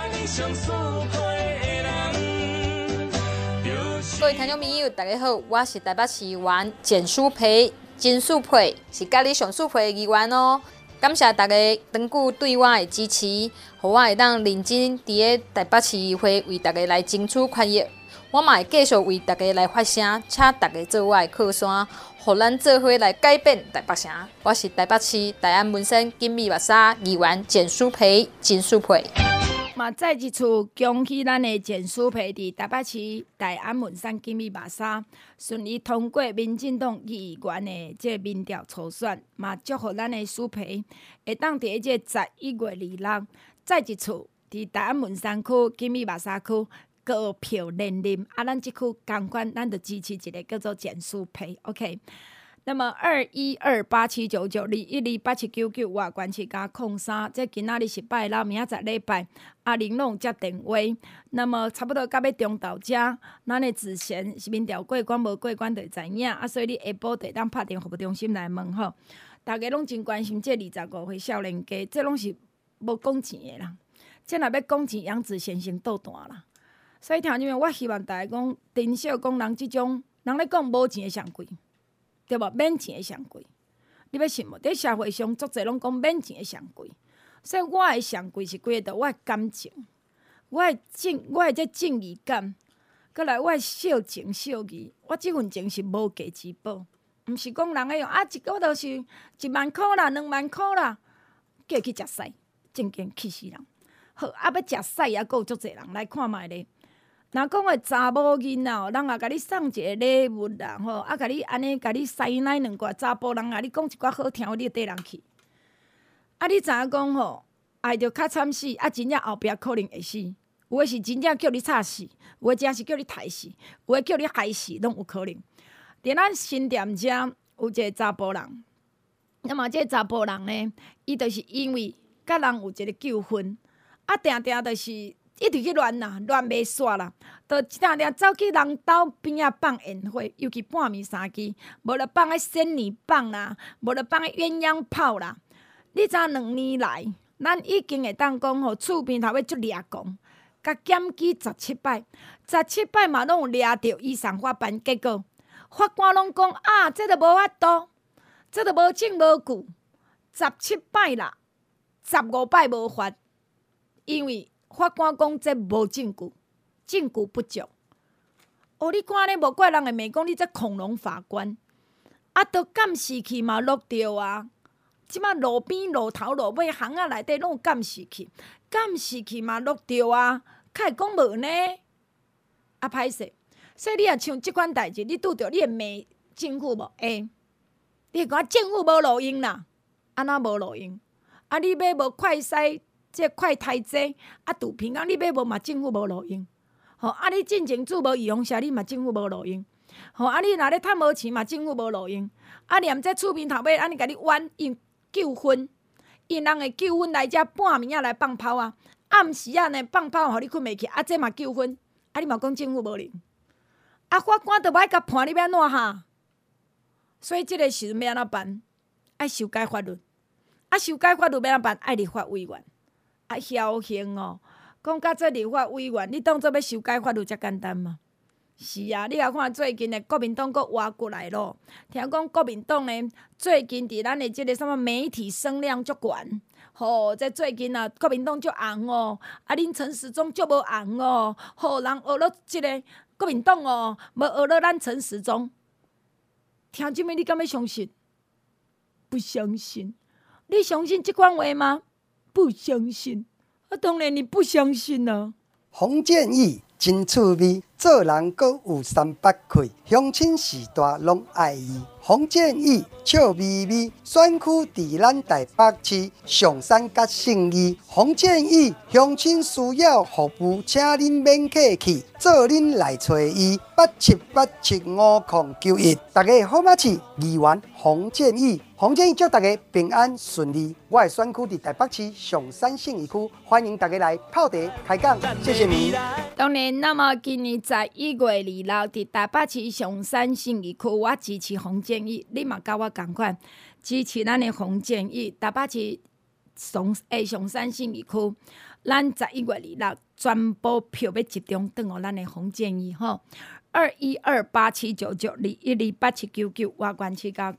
各位听众朋友，大家好，我是台北市议员简淑培，金淑培是家里上淑培的议员哦。感谢大家长久对我的支持，让我会当认真伫个台北市议会为大家来争取权益。我嘛会继续为大家来发声，请大家做我的靠山，互咱做伙来改变台北城。我是台北市大安文山金米目沙议员简淑培，金淑培。 嘛，再一次恭喜咱的简淑培伫台北市大安文山金米目沙顺利通过民进党议员的这民调初选，嘛祝福咱的淑培会当伫这11月26日再一次伫大安文山区金米目沙区高票连任。咱即区同款，咱就支持一个叫做简淑培 ，OK。那么21287992128799外关系加03，这今仔日是拜六，明仔载礼拜，阿玲拢接电话。那么差不多到要中昼遮，咱的子贤是民调过关无过关就会知影，所以你下晡就当拍电服务中心来问吼。大家拢真关心这25岁少年家，这拢是无讲钱的啦。这若要讲钱，杨子贤先倒弹啦。所以听众们，我希望大家讲，珍惜讲人即种人咧讲无钱的上贵。对无？免钱的上贵，你要信无？伫社会上，足侪拢讲免钱的上贵，所以我的上贵是几个？我的感情，我的这正义感，搁来我的孝情孝义，我即份情是无价之宝。毋是讲人个用一个就是1万箍啦、2万箍啦，叫去食屎，真经气死人。好，要食屎也阁有足侪人来看卖咧。若讲个查某囡仔，人也甲你送一个礼物啦，吼，甲你安尼甲你塞奶2罐，查甫人甲你讲一寡好听，你就缀人去。你知影讲吼，爱着较惨死，真正后壁可能会死。有诶是真正叫你吵死，有诶真是叫你刣死，有诶叫你害死，拢有可能。伫咱新店遮有一个查甫人，那么这个查甫人呢，伊就是因为甲人有一个纠纷，定定就是一直去乱啦，乱袂煞啦，就定定走去人兜边仔放烟火，尤其半暝3更，无就放个仙女棒啦，无就放个鸳鸯炮啦。你知2年来， 咱已经会当讲吼，厝边头尾足掠狂，甲检举17摆，17摆嘛拢有掠着伊上法办，结果法官拢讲啊，这都无法度，这都无证无据，17摆啦，15摆无法，因为法官讲这无证据，证据不足。哦，你看咧，无怪人会骂讲你这恐龙法官，啊，都监视器嘛录着啊。即马路边、路头、路尾巷仔内底拢有监视器，监视器嘛录着啊，较会讲无呢？啊，歹势，所以你若像即款代志，你拄着你会骂政府无？会，你会讲政府无路用啦，安怎无路用？啊，你买无快筛，即快筛剂，啊，杜平安你买无嘛？政府无路用。吼，啊，你进前注无预防车，你嘛政府无路用。吼，啊，你若咧趁无钱嘛，政府无路用。啊，连这厝边头尾安尼甲你冤因。救婚，因人会救婚来遮半暝来放炮啊！暗时啊呢放炮，互你困袂去，啊这嘛救婚，啊你嘛讲政府无灵，啊法官都歹甲判你要安怎哈？所以即个时阵要安怎办？爱修改法律，啊修改法律要安怎办？爱立法委员，啊侥幸哦，讲到这立法委员，你当作要修改法律遮简单吗？是啊，你来看最近的国民党佫挖过来咯。听讲国民党呢，最近伫咱的即个什么媒体声量足悬，吼，这最近啊，国民党足红哦，啊，恁陈时中足无红哦，吼，人学了即个国民党哦，无学了咱陈时中。听即物，你敢要相信？不相信？你相信即款话吗？不相信。啊，当然你不相信啊。 洪建义真趣味，做人阁有300开，乡亲时代拢爱伊。洪建义笑眯眯，选区伫咱台北市上山甲信义。洪建义乡亲需要服务，请恁免客气，做恁来找伊87875091。大家好，我是议员洪建义。洪建义祝大家平安顺利。我的选区伫台北市上山信义区，欢迎大家来泡茶开讲，谢谢你。 当然，那么今年11月2日，伫台北市上山信义区，我支持洪建义，你嘛甲我同款支持咱的洪建义。台北市上山信义区，咱11月2日全部票要集中转互咱的洪建义吼。212879921287799外关区加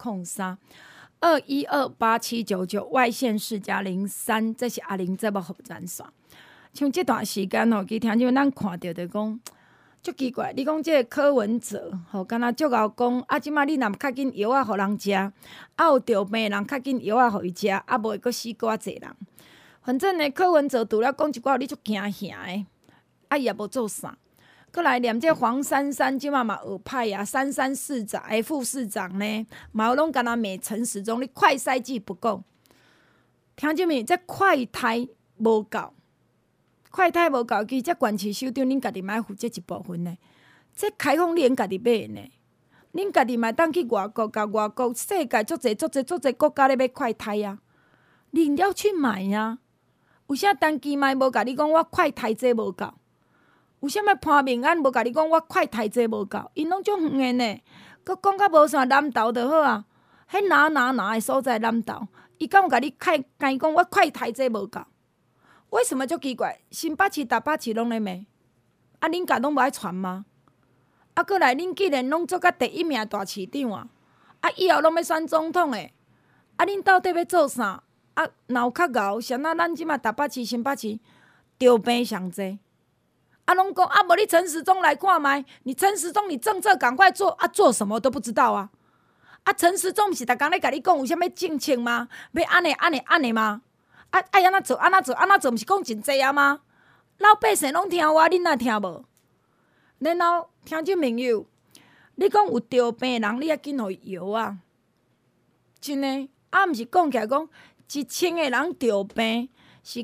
03。2128799外县市加03，这是阿玲节目服专线。像这段时间吼，其听就咱看到就讲足奇怪。你讲这个柯文哲吼，敢若足敖讲啊，即摆你若较紧药仔互人食，啊有着病人较紧药仔互伊食，啊无会阁死偌济人。反正呢，柯文哲除了讲一寡你足惊吓的，啊伊也无做啥。过来连这黄珊珊即马嘛学歹啊，珊珊市长副市长呢，嘛拢敢若骂陈时中，你快筛剂不够。听见没？这快筛无够，快筛无够，其实这县市首长恁家己嘛负责一部分呢。这开放恁家己买呢，恁家己嘛当去外国，甲外国世界足侪国家咧要快筛啊，恁要去买啊。有啥单机嘛无甲你讲我快筛剂无够？有啥物判命案无甲你讲我快筛剂无够？因拢足远的呢，佮讲较无啥南投就好啊。迄哪的所在南投，伊敢有甲你甲伊讲我快筛剂无够？为什么足奇怪？新北市、台北市拢咧骂，啊恁家拢无爱传吗？啊，过来恁既然拢做甲第一名大市长啊，啊以后拢要选总统的，啊恁到底要做啥？啊，若有较敖，像咱即马台北市、新北市着病上济。啊，拢讲啊，无你陈时中来看卖，你陈时中你政策赶快做啊，做什么都不知道啊！啊，陈时中毋是逐工咧甲你讲有啥物政策吗？要安尼吗？啊，爱安怎做，毋是讲真济啊吗？老百姓拢听我，恁哪听无？然后听众朋友，你讲有着病人，你也紧互伊药啊！真诶，啊，毋是讲起来讲1000个人着病。是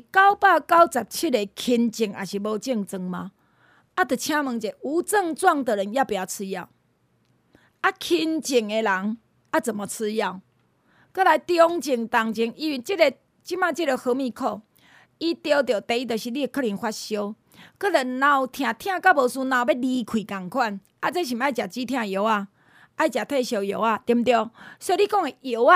997个轻症还是无症状吗？啊，就请问者，无症状的人要不要吃药？啊，轻症的人啊怎么吃药？过来中症、重症，因为即马即个何米克，伊得着第一就是你可能发烧，可能脑痛到无输，脑要离开共款，啊，这是毋爱食止痛药啊，爱食退烧药啊，对毋对？所以你讲的药啊，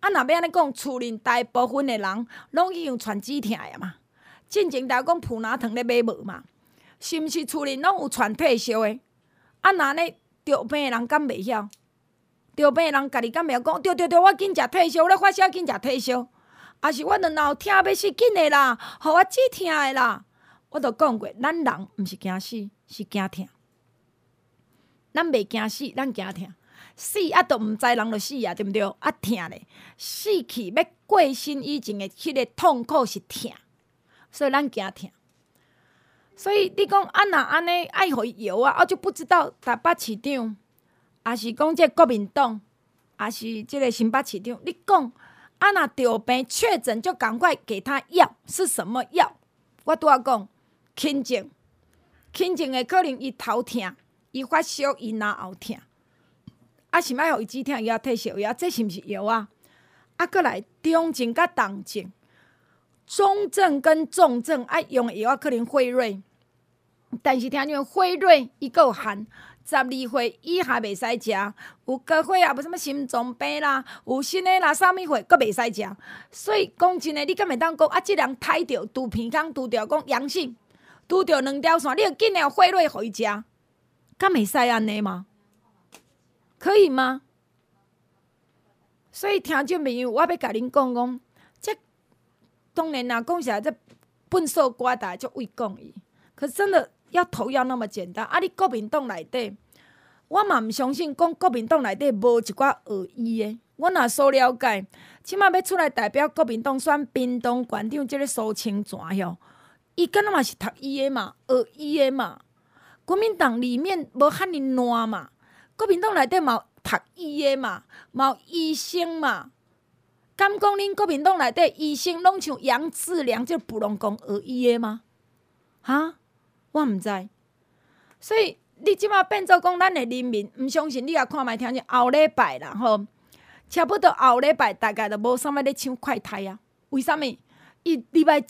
若要安尼讲，厝邻大部分的人拢已经传止疼的嘛。进前大家讲普拿疼咧买无嘛，是毋是厝邻拢有传退烧的？若呢着病的人敢袂晓？着病的人家己敢袂晓讲？对，我紧食退烧，咧发烧紧食退烧，还是我着闹疼要死紧的啦，互我止疼的啦。我着讲过，咱人毋是惊死，是惊疼。咱袂惊死，咱惊疼。死都毋知人就死啊，对毋对？疼咧，死去要过身以前的迄个痛苦是疼，所以咱惊疼。所以你讲若安尼爱互伊摇啊，我就不知道台北市长，还是讲这国民党，还是这个新北市长，你讲若着病确诊就赶快给他药，是什么药？我拄仔讲轻症的可能伊头疼，伊发烧，伊哪后疼，是莫互伊止疼药退烧药，这是毋是药啊？搁来中症甲重症，中症跟重症爱用的药可能辉瑞。但是听讲辉瑞伊个有限，12岁以下袂使食，有高血压、无什么心脏病啦，有新的啦，啥物货佫袂使食。所以讲真诶，你敢会当讲即人刣着拄鼻孔，拄着讲阳性，拄着2条线，你就紧诶辉瑞互伊食，敢会使安尼吗？可以吗？所以听众朋友，我要甲恁讲，这当然啦，讲实在，这粪扫瓜大就为讲伊，可是真的。要投药那么简单你国民党内底，我嘛毋相信讲国民党内底无一寡学医的。我若所了解，即马要出来代表国民党选屏东县长，即个苏清泉哟，伊敢若嘛是读医的嘛，学医的嘛。国民党里面无遐尼烂嘛，国民党内底嘛读医的嘛，嘛有医生嘛。敢讲恁国民党内底医生拢像杨志良即普通工学医的吗？哈？我毋知，所以你即马变做讲咱的人民，毋相信你也看卖听见后礼拜啦吼，差不多后礼拜大概就无啥物咧抢快筛啊。为什么？伊礼拜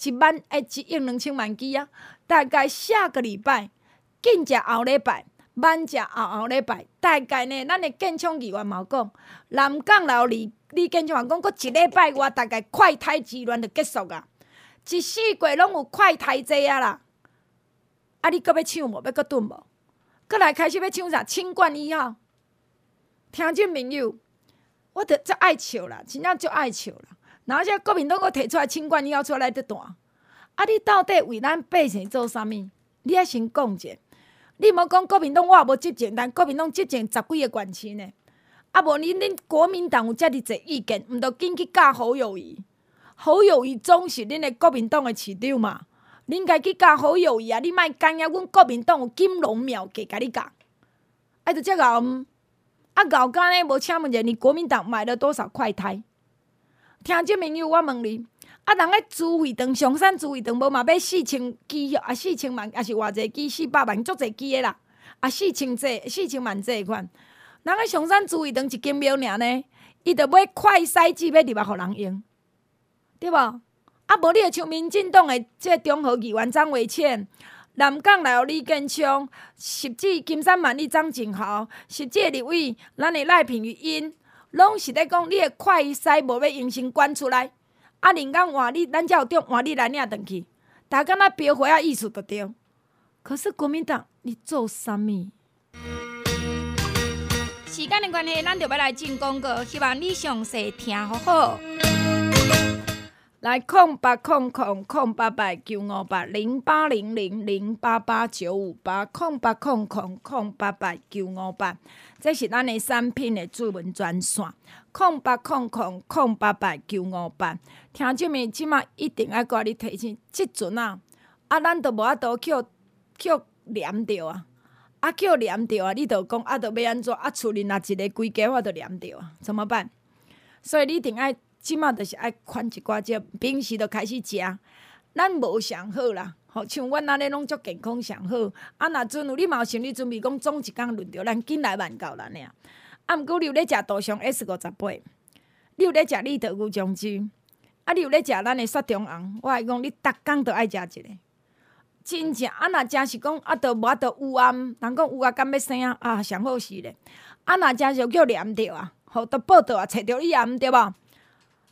1200000支啊，大概下个礼拜紧食后礼拜，慢食后礼拜，大概呢，咱的建厂议员嘛讲，南港老李建厂讲，佫1礼拜外，大概快筛资源就结束啊，一四季拢有快筛剂啊啦。你搁要抢无？要搁炖无？搁来开始要抢啥？清冠1号。听众朋友，我着足爱笑啦，真正足爱笑啦。然后这国民党搁摕出来清冠1号出来得弹，你到底为咱百姓做啥物？你爱先讲者。你莫讲国民党我也无执政，但国民党执政10几个县市呢。无恁国民党有遮尔侪意见，毋着紧去教侯友宜？侯友宜总是恁的国民党的市长嘛。恁家去教侯友宜啊！你莫干呀！阮国民党有金龙庙给甲你教，就这个后干呢？无请问者，你国民党买了多少快筛？听众朋友，我问你，人咧猪胃肠，上山猪胃肠无嘛要4000支4000万，也是偌济支400万，足济支的啦，4000万这款。人咧上山猪胃肠一间庙尔呢，伊着买快筛剂要入来互人用，对无？无你会像民进党的这中和议员张维倩、南港来李建昌、实际金山万里张景豪、实际立委咱的赖品妤因，拢是咧讲你的快筛无要用先关出来，人讲换你，咱才有中换你来领转去，大家敢若标花意思就对。可是国民党你做啥物？时间的关系，咱就要来进广告，希望你详细听好好。来0800-0800-958，0800-088958，这是咱的产品的主文专线。0800-088958，听众们即马一定爱甲你提醒，即阵咱都无法度叫黏着啊，叫黏着啊，你就讲就要安怎？厝里若一个规家我就黏着啊，怎么办？所以你一定爱。即马就是爱款一寡只，平时就开始食。咱无上好啦，像阮安尼拢足健康上好。若阵有你嘛有心理准备，讲总一工轮着咱紧来万到咱尔。毋过你有咧食杜尚 S58，你有咧食利德牛酱汁，你有咧食咱的雪中红。我会讲你逐工都爱食一个，真正若真是讲就无得有暗，人讲有啊敢要生上好是咧。若真是叫黏着都报道找着你也毋对无？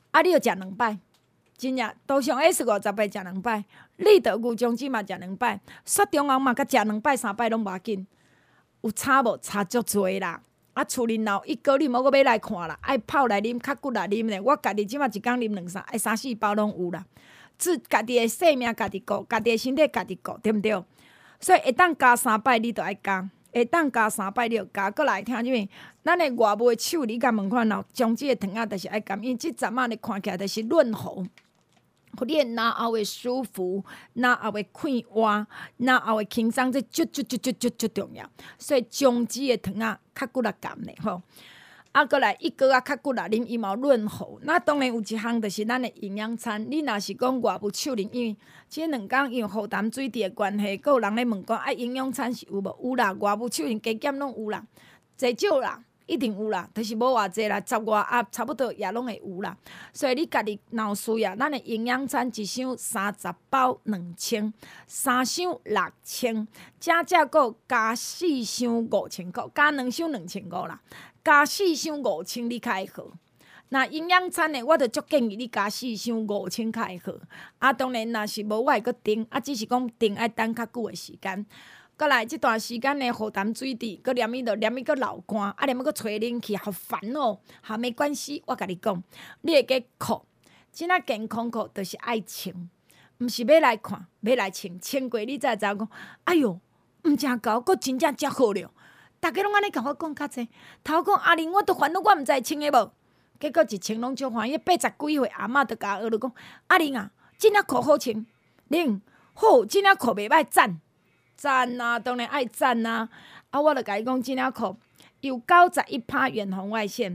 啊，你要食2摆，真正都上 S50倍食2摆，立德牛中子嘛食2摆，雪中红嘛甲食2摆3摆拢无要紧，有差无？差足多啦！啊，厝里闹1个你莫阁要来看啦，爱泡来啉，较骨来啉咧。我家己即马一工啉2、3，爱3、4包拢有啦。家己的性命家己顾，家己的身体家己顾，对毋对？所以会当加3摆，你著爱加；会当加3摆，你著加。过来听什么？咱的外卖手，你甲问看喏，将即个汤仔著是爱甘，因为即阵仔咧看起来著是润喉。互你的咽喉会舒服，咽喉会快活，咽喉会轻松，这足重要。所以姜子的汤啊，较骨力甘咧吼。啊，过来一个啊，较骨力啉伊嘛润喉。那当然有一项就是咱的营养餐。你若是讲外部手啉，因为即2工因为雨淡水滴的关系，佫有人咧问讲啊，营养餐是有无？有啦，外部手啉加减拢有啦，侪少啦。一定有啦，就是无偌济啦，10外啊，差不多也拢会有啦。所以你家己若有需要，咱的营养餐一箱30包2000，3箱6000，加佫加4箱5000块，加2箱2500啦，加4箱5000你较会好。那营养餐的，我著足建议你加4箱5000较会好。啊，当然若是无，我会佫订，啊，只是讲订爱等较久的时间。过来即段时间的雨淡水滴，佫黏伊佫流汗，啊黏伊佫吹冷气，好烦哦。好，没关系，我甲你讲，你会记裤，即仔健康裤著是爱穿，毋是要来看，要来穿。穿过你才知影讲，哎哟，毋正够，佫真正真好了。逐个拢安尼甲我讲较济，头讲阿玲，我都烦恼，我毋知穿的无。结果一穿拢足欢喜，80几岁阿嬷著甲我学讲，阿玲啊，即仔裤好穿，玲好，即仔裤袂歹赞。赞啊，当然爱赞啊！啊，我著甲伊讲，即领裤有91%远红外线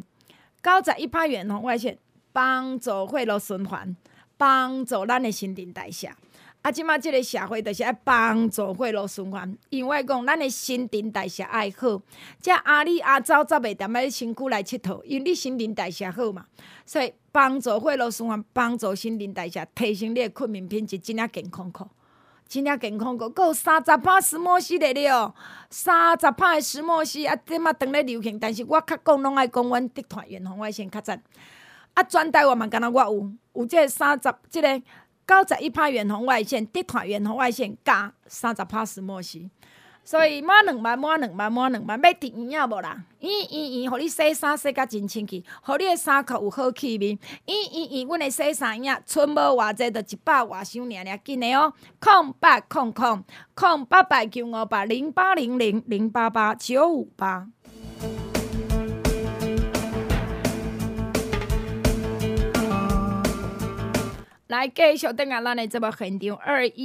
，91%远红外线帮助血液循环，帮助咱的新陈代谢。啊，即马即个社会著是爱帮助血液循环，因为讲咱的新陈代谢爱好，遮阿里阿走才袂踮咧身躯来佚佗，因为你新陈代谢好嘛，所以帮助血液循环，帮助新陈代谢，提升你的睡眠品质，真正健康裤。真正健康个，佫有30%石墨烯咧了，30%的石墨烯啊，即马当咧流行，但是我较讲拢爱讲阮低碳远红外线较赞。啊，全台湾嘛，敢若我有即个即个91%远红外线，低碳远红外线加30%石墨烯。所以满2万，要伫院啊无啦？互你洗衫洗甲真清气，互你的衫裤有好气味。阮的洗衫液，剩无偌济，就100外箱尔紧的哦。0800-958-0800-088958。来继续等下咱的节目现场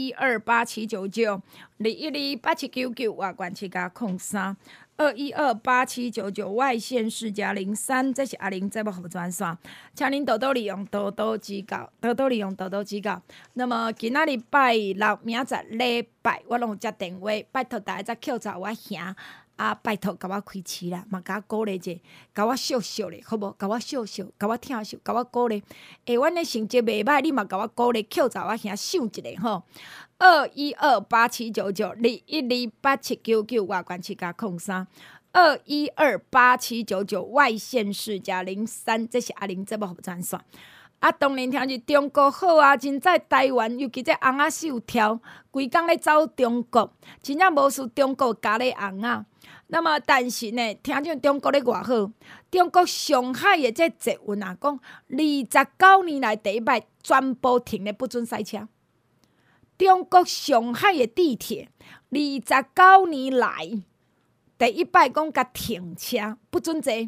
212879921287799外管7加03，2128799外线4加03，这是阿玲节目服务专线，请恁多多利用，多多指教。那么今仔日拜六，明仔载礼拜，我拢有接电话，拜托大家再扣查我兄。啊，拜托，甲我开市啦，嘛甲我鼓励者，甲我笑笑咧，好无？甲我笑笑，甲我听笑，甲我鼓励。阮的成绩袂歹，你嘛甲我鼓励，扣查我兄想一下吼。212879921287799外管7加03，2128799外线4加03，这是阿玲节目服务专线。啊，当然听是中国好啊，真在台湾，尤其这红仔手挑，规工咧走中国，真正无输中国加咧红啊。那么，但是呢，听讲中国咧偌好，中国上海的这捷运啊，讲29年来第一摆全部停咧不准赛车。中国上海的地铁29年来第一摆讲甲停车，不准坐。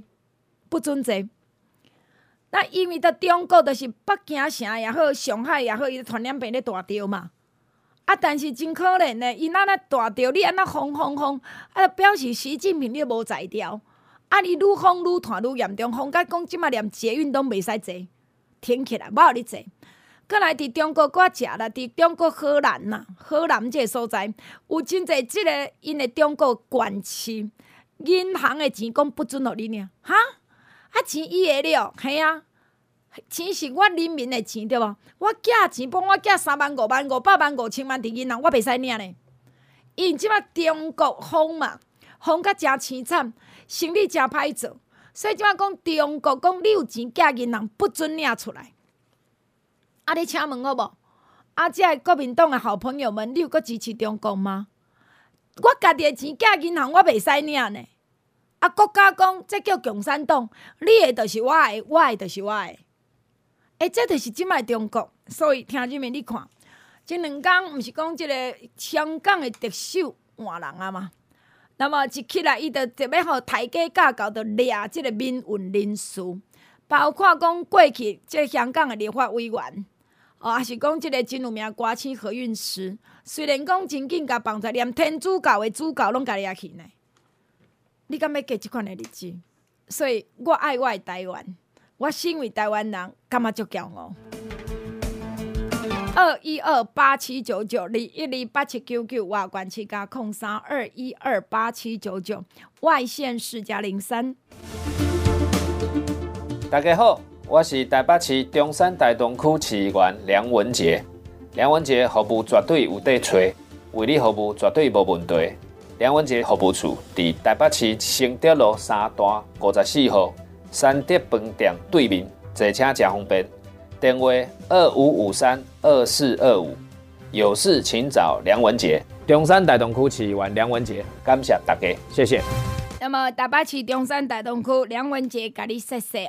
那因为在中国就是北京城也好，上海也好，伊传染病咧大条嘛。啊，但是真可怜呢，伊安那大条，你安那封，啊，表示习近平你无在调。啊，你愈封愈传愈严重，封甲讲即马连捷运都袂使坐，停起来，无互你坐。过来伫中国搁食啦，伫中国河南呐，河南这个所在有真侪即个因的中国管区银行的钱讲不准互你尔，哈？啊，钱伊的了，嘿啊，钱是我人民的钱对无？我寄钱帮我寄3万、5万、500万、5000万伫银行，我袂使领呢。因即摆中国封嘛，封甲真凄惨，生意真歹做，所以即摆讲中国讲你有钱寄银行不准领出来， 你请问好无？这国民党的好朋友们，你有搁支持中共吗？我家己的钱寄银行，我袂使领呢。国家讲这叫共产党，你的就是我的，我的就是我的。这就是即摆中国。所以听人们你看，这2天毋是讲即个香港的特首换人啊嘛？那么一起来，伊就特别互台阶架构，就掠即个民运人士，包括讲过去即香港的立法委员，也是讲即个真有名歌星何韵诗，虽然讲真紧甲放出来，连天主教的主教拢甲掠去呢。你敢要过即款的日子？所以我爱我的台湾，我身为台湾人，感觉足骄傲。212879921287799外关7加0321287799外县市加03。 大家好，我是台北市中山大东区市议员梁文杰。梁文杰服务绝对有底找，为你服务绝对无问题。梁文杰服务处伫台北市承德路3段54号三德饭店对面，坐车真方便。电话25532425，有事请找梁文杰。中山大东区市议员梁文杰，感谢大家，谢谢。 那么台北市中山大东区梁文杰甲你说说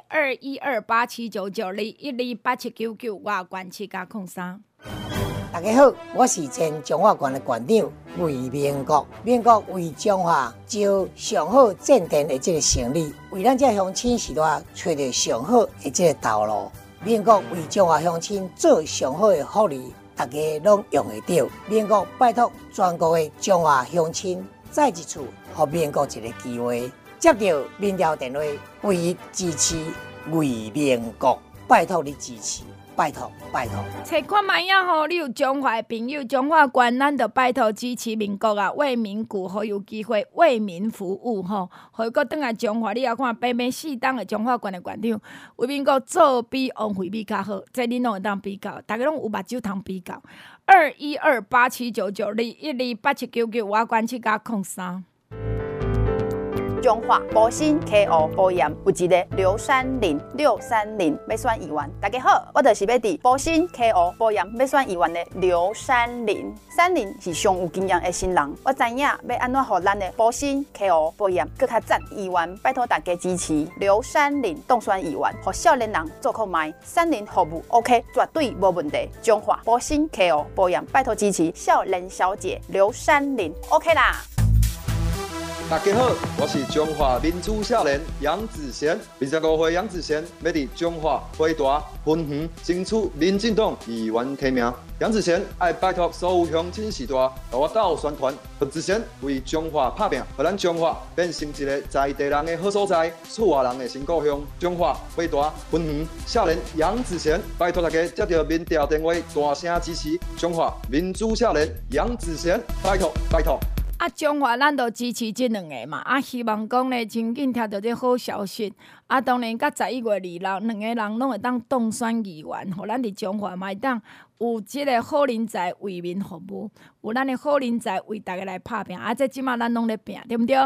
212879921287799外关7加03。 大家好，我是前中华县的县长魏明国。民国为中华招上好正电的这个成立，为咱这乡亲时代找到上好的这个道路。民国为中华乡亲做上好的福利，大家拢用得到。民国拜托全国的中华乡亲，再一次给民国一个机会，接到民调电话，为伊支持为民国，拜托你支持。拜托，拜托！ 找看卖呀吼，你有中华的朋友，中华县咱就拜托支持民国啊，为民鼓，好有机会为民服务吼。回过转来中华，你也看平平4档的中华县的县长，为民国做比王惠美较好，这恁拢会当比较，大家拢有目睭通比较。212879921287799外关7加03。 中华保新 KO 保盐有一个刘山林630要选议员，大家好，我就是要伫保新 KO 保盐要选议员的刘山林。山林是上有经验的新人，我知影要安怎互咱的保新 KO 保盐更较赞。议员拜托大家支持刘山林当选议员，互少年人做看卖。山林服务 OK， 绝对无问题。中华保新 KO 保盐拜托支持少年小姐刘山林 OK 啦。 大家好，我是中华民主少年杨子贤，25岁杨子贤要伫中华回大分园争取民进党议员提名。杨子贤爱拜托所有乡亲时代，和我斗宣传，杨子贤为中华打拼，让咱中华变成一个在地人的好所在，厝外人的新故乡。中华回大分园少年杨子贤，拜托大家接到民调电话，大声支持中华民主少年杨子贤，拜托拜托。 中华咱就支持这2个嘛，希望讲呢，真紧听到这好消息。当然，到11月26，2个人拢会当当选议员，互咱伫中华嘛会当有这个好人才为民服务，有咱的好人才为大家来拍拼。这即马咱拢咧拼，对不对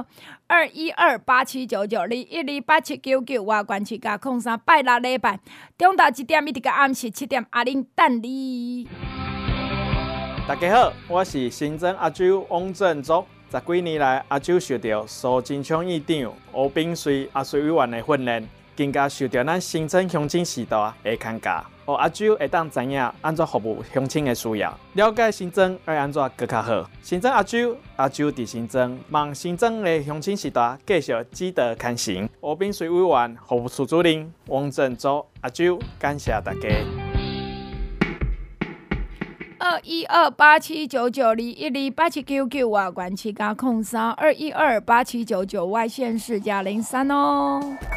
？212879921287799外关7加03，拜6礼拜，中昼1点一直到暗时7点，阿玲等你。 大家好，我是新增阿周王振洲。10几年来，阿周受到苏贞昌议长吴秉绥阿水委员的训练，更加受到咱新增乡亲时代的看教，互阿周会当知影安怎服务乡亲的需要，了解新增要安怎更较好。新增阿周伫新增，望新增的乡亲时代继续指导牵行。吴秉绥委员服务处主任王振洲阿周，感谢大家。 212879921287799外关7加03，2128799外县市加03哦。